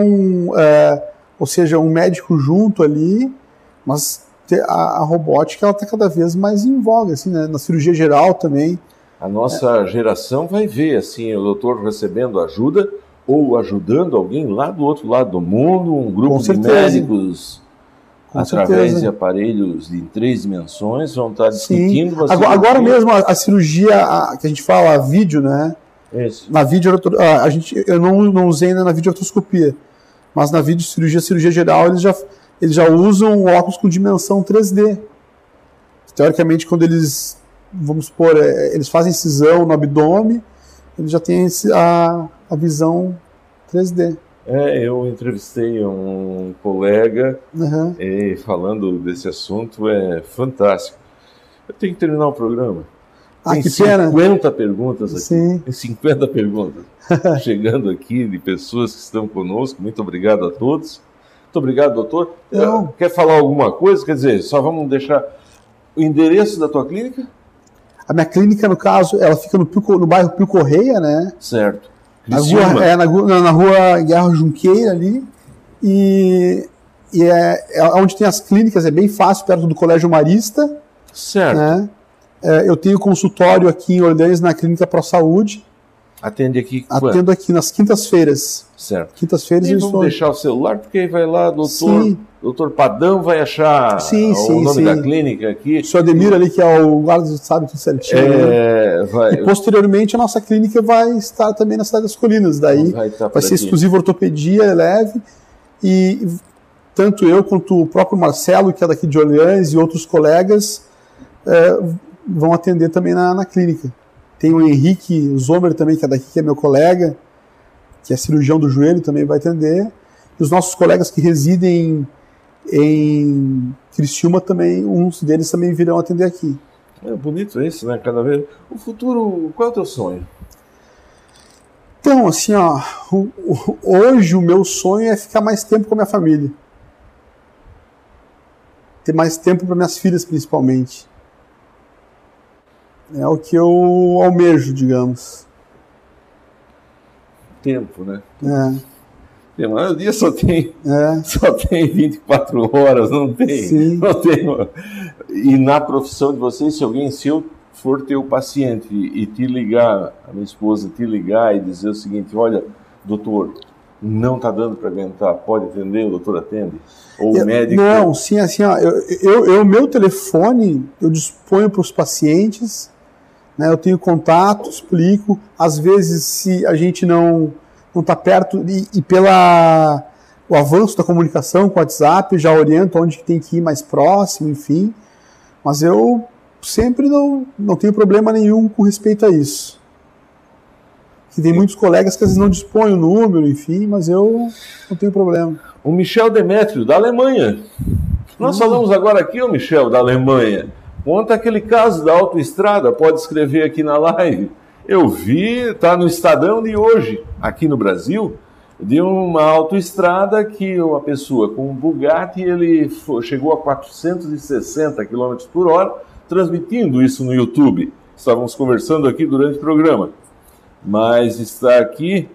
ou seja, um médico junto ali, mas a robótica, ela está cada vez mais em voga, assim, né? Na cirurgia geral também. A nossa geração vai ver, assim, o doutor recebendo ajuda ou ajudando alguém lá do outro lado do mundo, um grupo de médicos através de aparelhos em 3 dimensões vão estar discutindo. Agora mesmo a cirurgia que a gente fala, a vídeo, né? Isso. Na eu não usei ainda na videoartroscopia, mas na cirurgia geral eles já usam óculos com dimensão 3D. Teoricamente, quando eles, vamos supor, eles fazem incisão no abdômen, eles já têm a visão 3D. Eu entrevistei um colega e falando desse assunto, é fantástico. Eu tenho que terminar o programa. Tem que pena. 50 perguntas aqui. Sim. Tem 50 perguntas chegando aqui de pessoas que estão conosco. Muito obrigado a todos. Muito obrigado, doutor. Quer falar alguma coisa? Quer dizer, só vamos deixar o endereço da tua clínica? A minha clínica, no caso, ela fica no bairro Pio Correia, né? Certo. Na rua Guerra Junqueira ali. E é onde tem as clínicas, é bem fácil, perto do Colégio Marista. Certo. Né? Eu tenho consultório aqui em Orleans, na Clínica Pro Saúde. Atende aqui? Atendo aqui nas quintas-feiras. Certo. Quintas-feiras e vamos deixar o celular, porque aí vai lá, doutor Padão vai achar o nome da clínica aqui. O senhor Ademir ali, que é o guarda, sabe tudo certinho. E posteriormente a nossa clínica vai estar também na Cidade das Colinas. Daí vai ser exclusivo ortopedia leve. E tanto eu quanto o próprio Marcelo, que é daqui de Orleans, e outros colegas vão atender também na clínica. Tem o Henrique Zomer também, que é daqui, que é meu colega, que é cirurgião do joelho, também vai atender. E os nossos colegas que residem em Criciúma também, uns deles também virão atender aqui. É bonito isso, né? Cada vez. O futuro, qual é o teu sonho? Então, assim, hoje o meu sonho é ficar mais tempo com a minha família. Ter mais tempo para minhas filhas, principalmente. É o que eu almejo, digamos. Tempo, né? O dia só tem 24 horas, não tem. Sim. Não tem. E na profissão de vocês, se eu for teu paciente e te ligar, a minha esposa te ligar e dizer o seguinte, olha, doutor, não está dando para aguentar, pode atender, o doutor atende? Ou o médico? Não, sim, assim, meu telefone eu disponho para os pacientes, né, eu tenho contato, explico, às vezes se a gente não está perto e o avanço da comunicação com o WhatsApp, eu já oriento onde tem que ir mais próximo, enfim, mas eu sempre não tenho problema nenhum com respeito a isso. Que tem muitos colegas que às vezes não dispõem o número, enfim, mas eu não tenho problema. O Michel Demétrio, da Alemanha. Nós falamos agora aqui, o Michel, da Alemanha. Conta aquele caso da autoestrada, pode escrever aqui na live. Eu vi, está no Estadão de hoje, aqui no Brasil, de uma autoestrada que uma pessoa com um Bugatti, ele chegou a 460 km por hora, transmitindo isso no YouTube. Estávamos conversando aqui durante o programa. Mas está aqui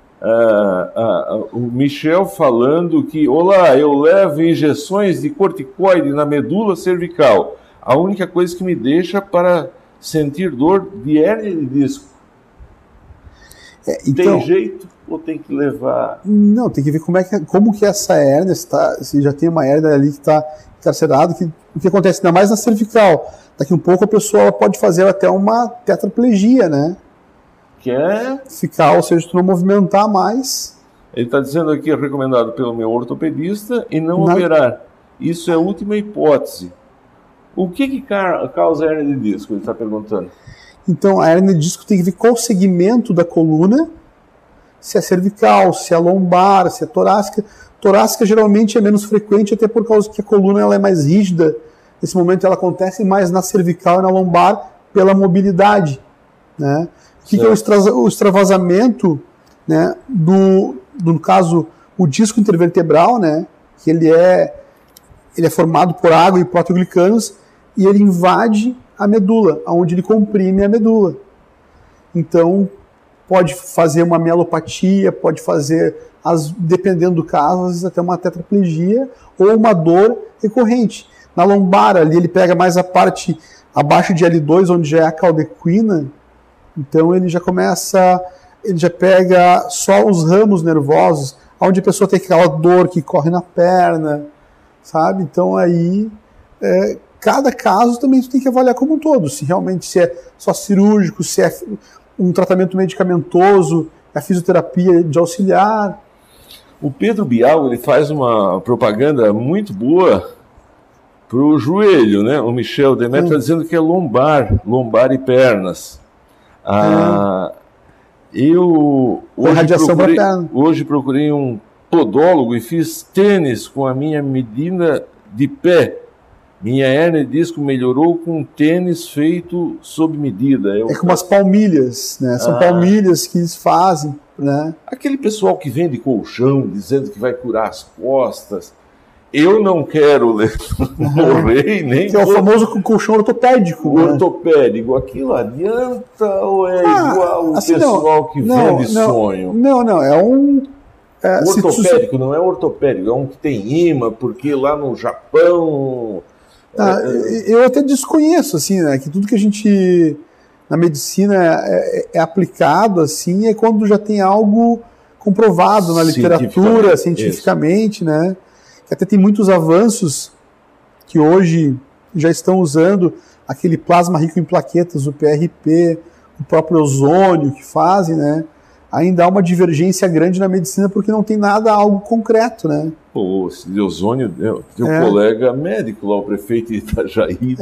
o Michel falando que, olá, eu levo injeções de corticoide na medula cervical. A única coisa que me deixa para sentir dor de hérnia de disco. Então, tem jeito ou tem que levar? Não, tem que ver como que essa hérnia está, se já tem uma hérnia ali que está encarcerada, o que acontece ainda mais na cervical. Daqui um pouco a pessoa ela pode fazer até uma tetraplegia, né? Que é? Ficar, ou seja, tu não movimentar mais. Ele está dizendo aqui, é recomendado pelo meu ortopedista e não operar. Isso é a última hipótese. O que causa hérnia de disco? Ele está perguntando. Então, a hérnia de disco tem que ver qual segmento da coluna, se é cervical, se é lombar, se é torácica. Torácica geralmente é menos frequente, até por causa que a coluna ela é mais rígida. Nesse momento ela acontece mais na cervical e na lombar pela mobilidade, né? O que é o extravasamento, né, no caso, o disco intervertebral, né, que ele é formado por água e proteoglicanos e ele invade a medula, onde ele comprime a medula. Então, pode fazer uma mielopatia, pode fazer, dependendo do caso, às vezes até uma tetraplegia ou uma dor recorrente. Na lombar, ali ele pega mais a parte abaixo de L2, onde já é a caldequina. Então ele já pega só os ramos nervosos, onde a pessoa tem aquela dor que corre na perna, sabe? Então aí, cada caso também tem que avaliar como um todo, se realmente se é só cirúrgico, se é um tratamento medicamentoso, a fisioterapia de auxiliar. O Pedro Bial, ele faz uma propaganda muito boa para o joelho, né? O Michel Demetrio está dizendo que é lombar e pernas. Eu hoje procurei um podólogo e fiz tênis com a minha medida de pé. Minha hérnia de disco melhorou com um tênis feito sob medida. Com as palmilhas, né? São palmilhas que eles fazem, né? Aquele pessoal que vende colchão dizendo que vai curar as costas. Eu não quero morrer nem... Que é o famoso colchão ortopédico. Ortopédico. Aquilo adianta ou é igual o assim, pessoal que vende sonho? Não. É um... ortopédico não é ortopédico. É um que tem imã, porque lá no Japão... Eu até desconheço, assim, né? Que tudo que a gente... Na medicina é aplicado, assim, é quando já tem algo comprovado na literatura, cientificamente, né? Até tem muitos avanços que hoje já estão usando aquele plasma rico em plaquetas, o PRP, o próprio ozônio que fazem, né? Ainda há uma divergência grande na medicina porque não tem nada, algo concreto, né? Pô, esse ozônio, teu colega médico lá, o prefeito de Itajaí,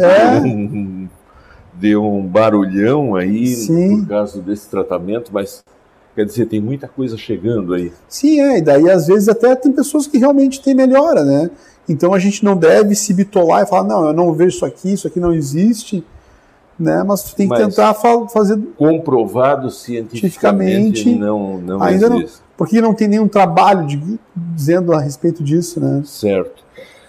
deu um barulhão aí por causa desse tratamento, mas... Quer dizer, tem muita coisa chegando aí. Sim, e daí às vezes até tem pessoas que realmente têm melhora, né? Então a gente não deve se bitolar e falar, não, eu não vejo isso aqui não existe, né? Mas tu tem que tentar fazer... Comprovado cientificamente não ainda existe. Porque não tem nenhum trabalho dizendo a respeito disso, né? Certo.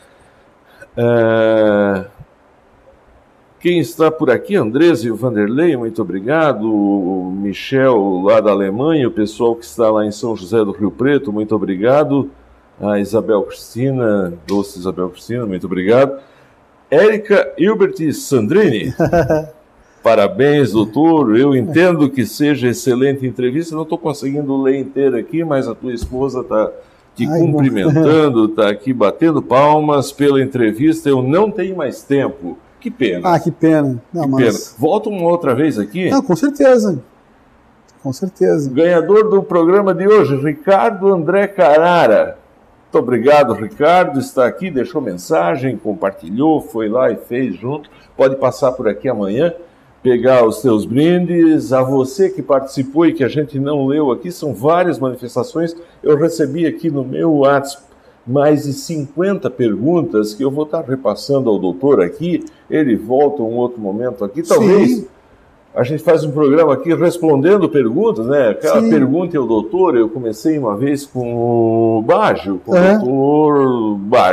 Quem está por aqui, Andrés e o Vanderlei, muito obrigado. O Michel, lá da Alemanha, o pessoal que está lá em São José do Rio Preto, muito obrigado. A Isabel Cristina, doce Isabel Cristina, muito obrigado. Érica Hilbert Sandrini, parabéns, doutor. Eu entendo que seja excelente entrevista, não estou conseguindo ler inteira aqui, mas a tua esposa está te cumprimentando, está aqui batendo palmas pela entrevista. Eu não tenho mais tempo. Que pena. Que pena. Não, pena. Volta uma outra vez aqui? Não, com certeza. Com certeza. Ganhador do programa de hoje, Ricardo André Carrara. Muito obrigado, Ricardo. Está aqui, deixou mensagem, compartilhou, foi lá e fez junto. Pode passar por aqui amanhã, pegar os seus brindes. A você que participou e que a gente não leu aqui, são várias manifestações. Eu recebi aqui no meu WhatsApp mais de 50 perguntas que eu vou estar repassando ao doutor aqui. Ele volta um outro momento aqui. Talvez a gente faz um programa aqui respondendo perguntas, né? Aquela pergunta ao doutor, eu comecei uma vez com o Baggio, com o doutor Baggio.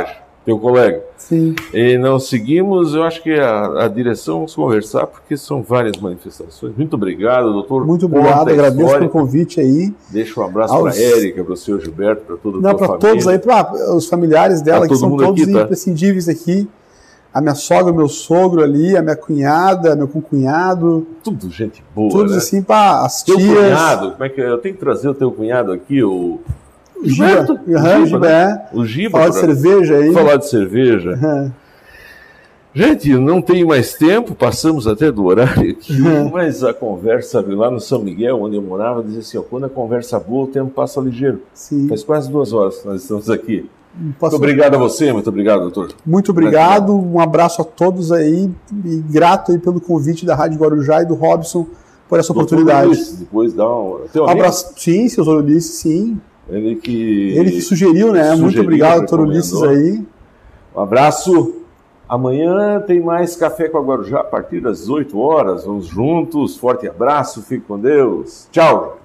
teu colega. Sim. E nós seguimos, eu acho que a direção, vamos conversar, porque são várias manifestações. Muito obrigado, doutor. Muito obrigado, agradeço pelo convite aí. Deixa um abraço para a Érica, para o senhor Gilberto, para toda a tua família. Para todos aí, para os familiares dela, que são todos aqui, tá? imprescindíveis aqui. A minha sogra, o meu sogro ali, a minha cunhada, meu concunhado. Tudo gente boa, todos né? assim, para as tias. Teu cunhado, como é que eu tenho que trazer o teu cunhado aqui, o Gilberto? O Giba. Falar de cerveja aí. Falar de cerveja. Gente, não tenho mais tempo, passamos até do horário aqui, mas a conversa lá no São Miguel, onde eu morava, dizia assim, ó, quando a conversa boa, o tempo passa ligeiro. Sim. Faz quase 2 horas que nós estamos aqui. Muito obrigado a você, muito obrigado, doutor. Muito obrigado, um abraço a todos aí, e grato aí pelo convite da Rádio Guarujá e do Robson por essa oportunidade. Ulisses, depois dá um abraço. Sim, seu Ulisses, sim. Ele que sugeriu, né? Muito obrigado, doutor Ulisses aí. Um abraço. Amanhã tem mais Café com a Guarujá a partir das 8 horas. Vamos juntos. Forte abraço, fique com Deus. Tchau.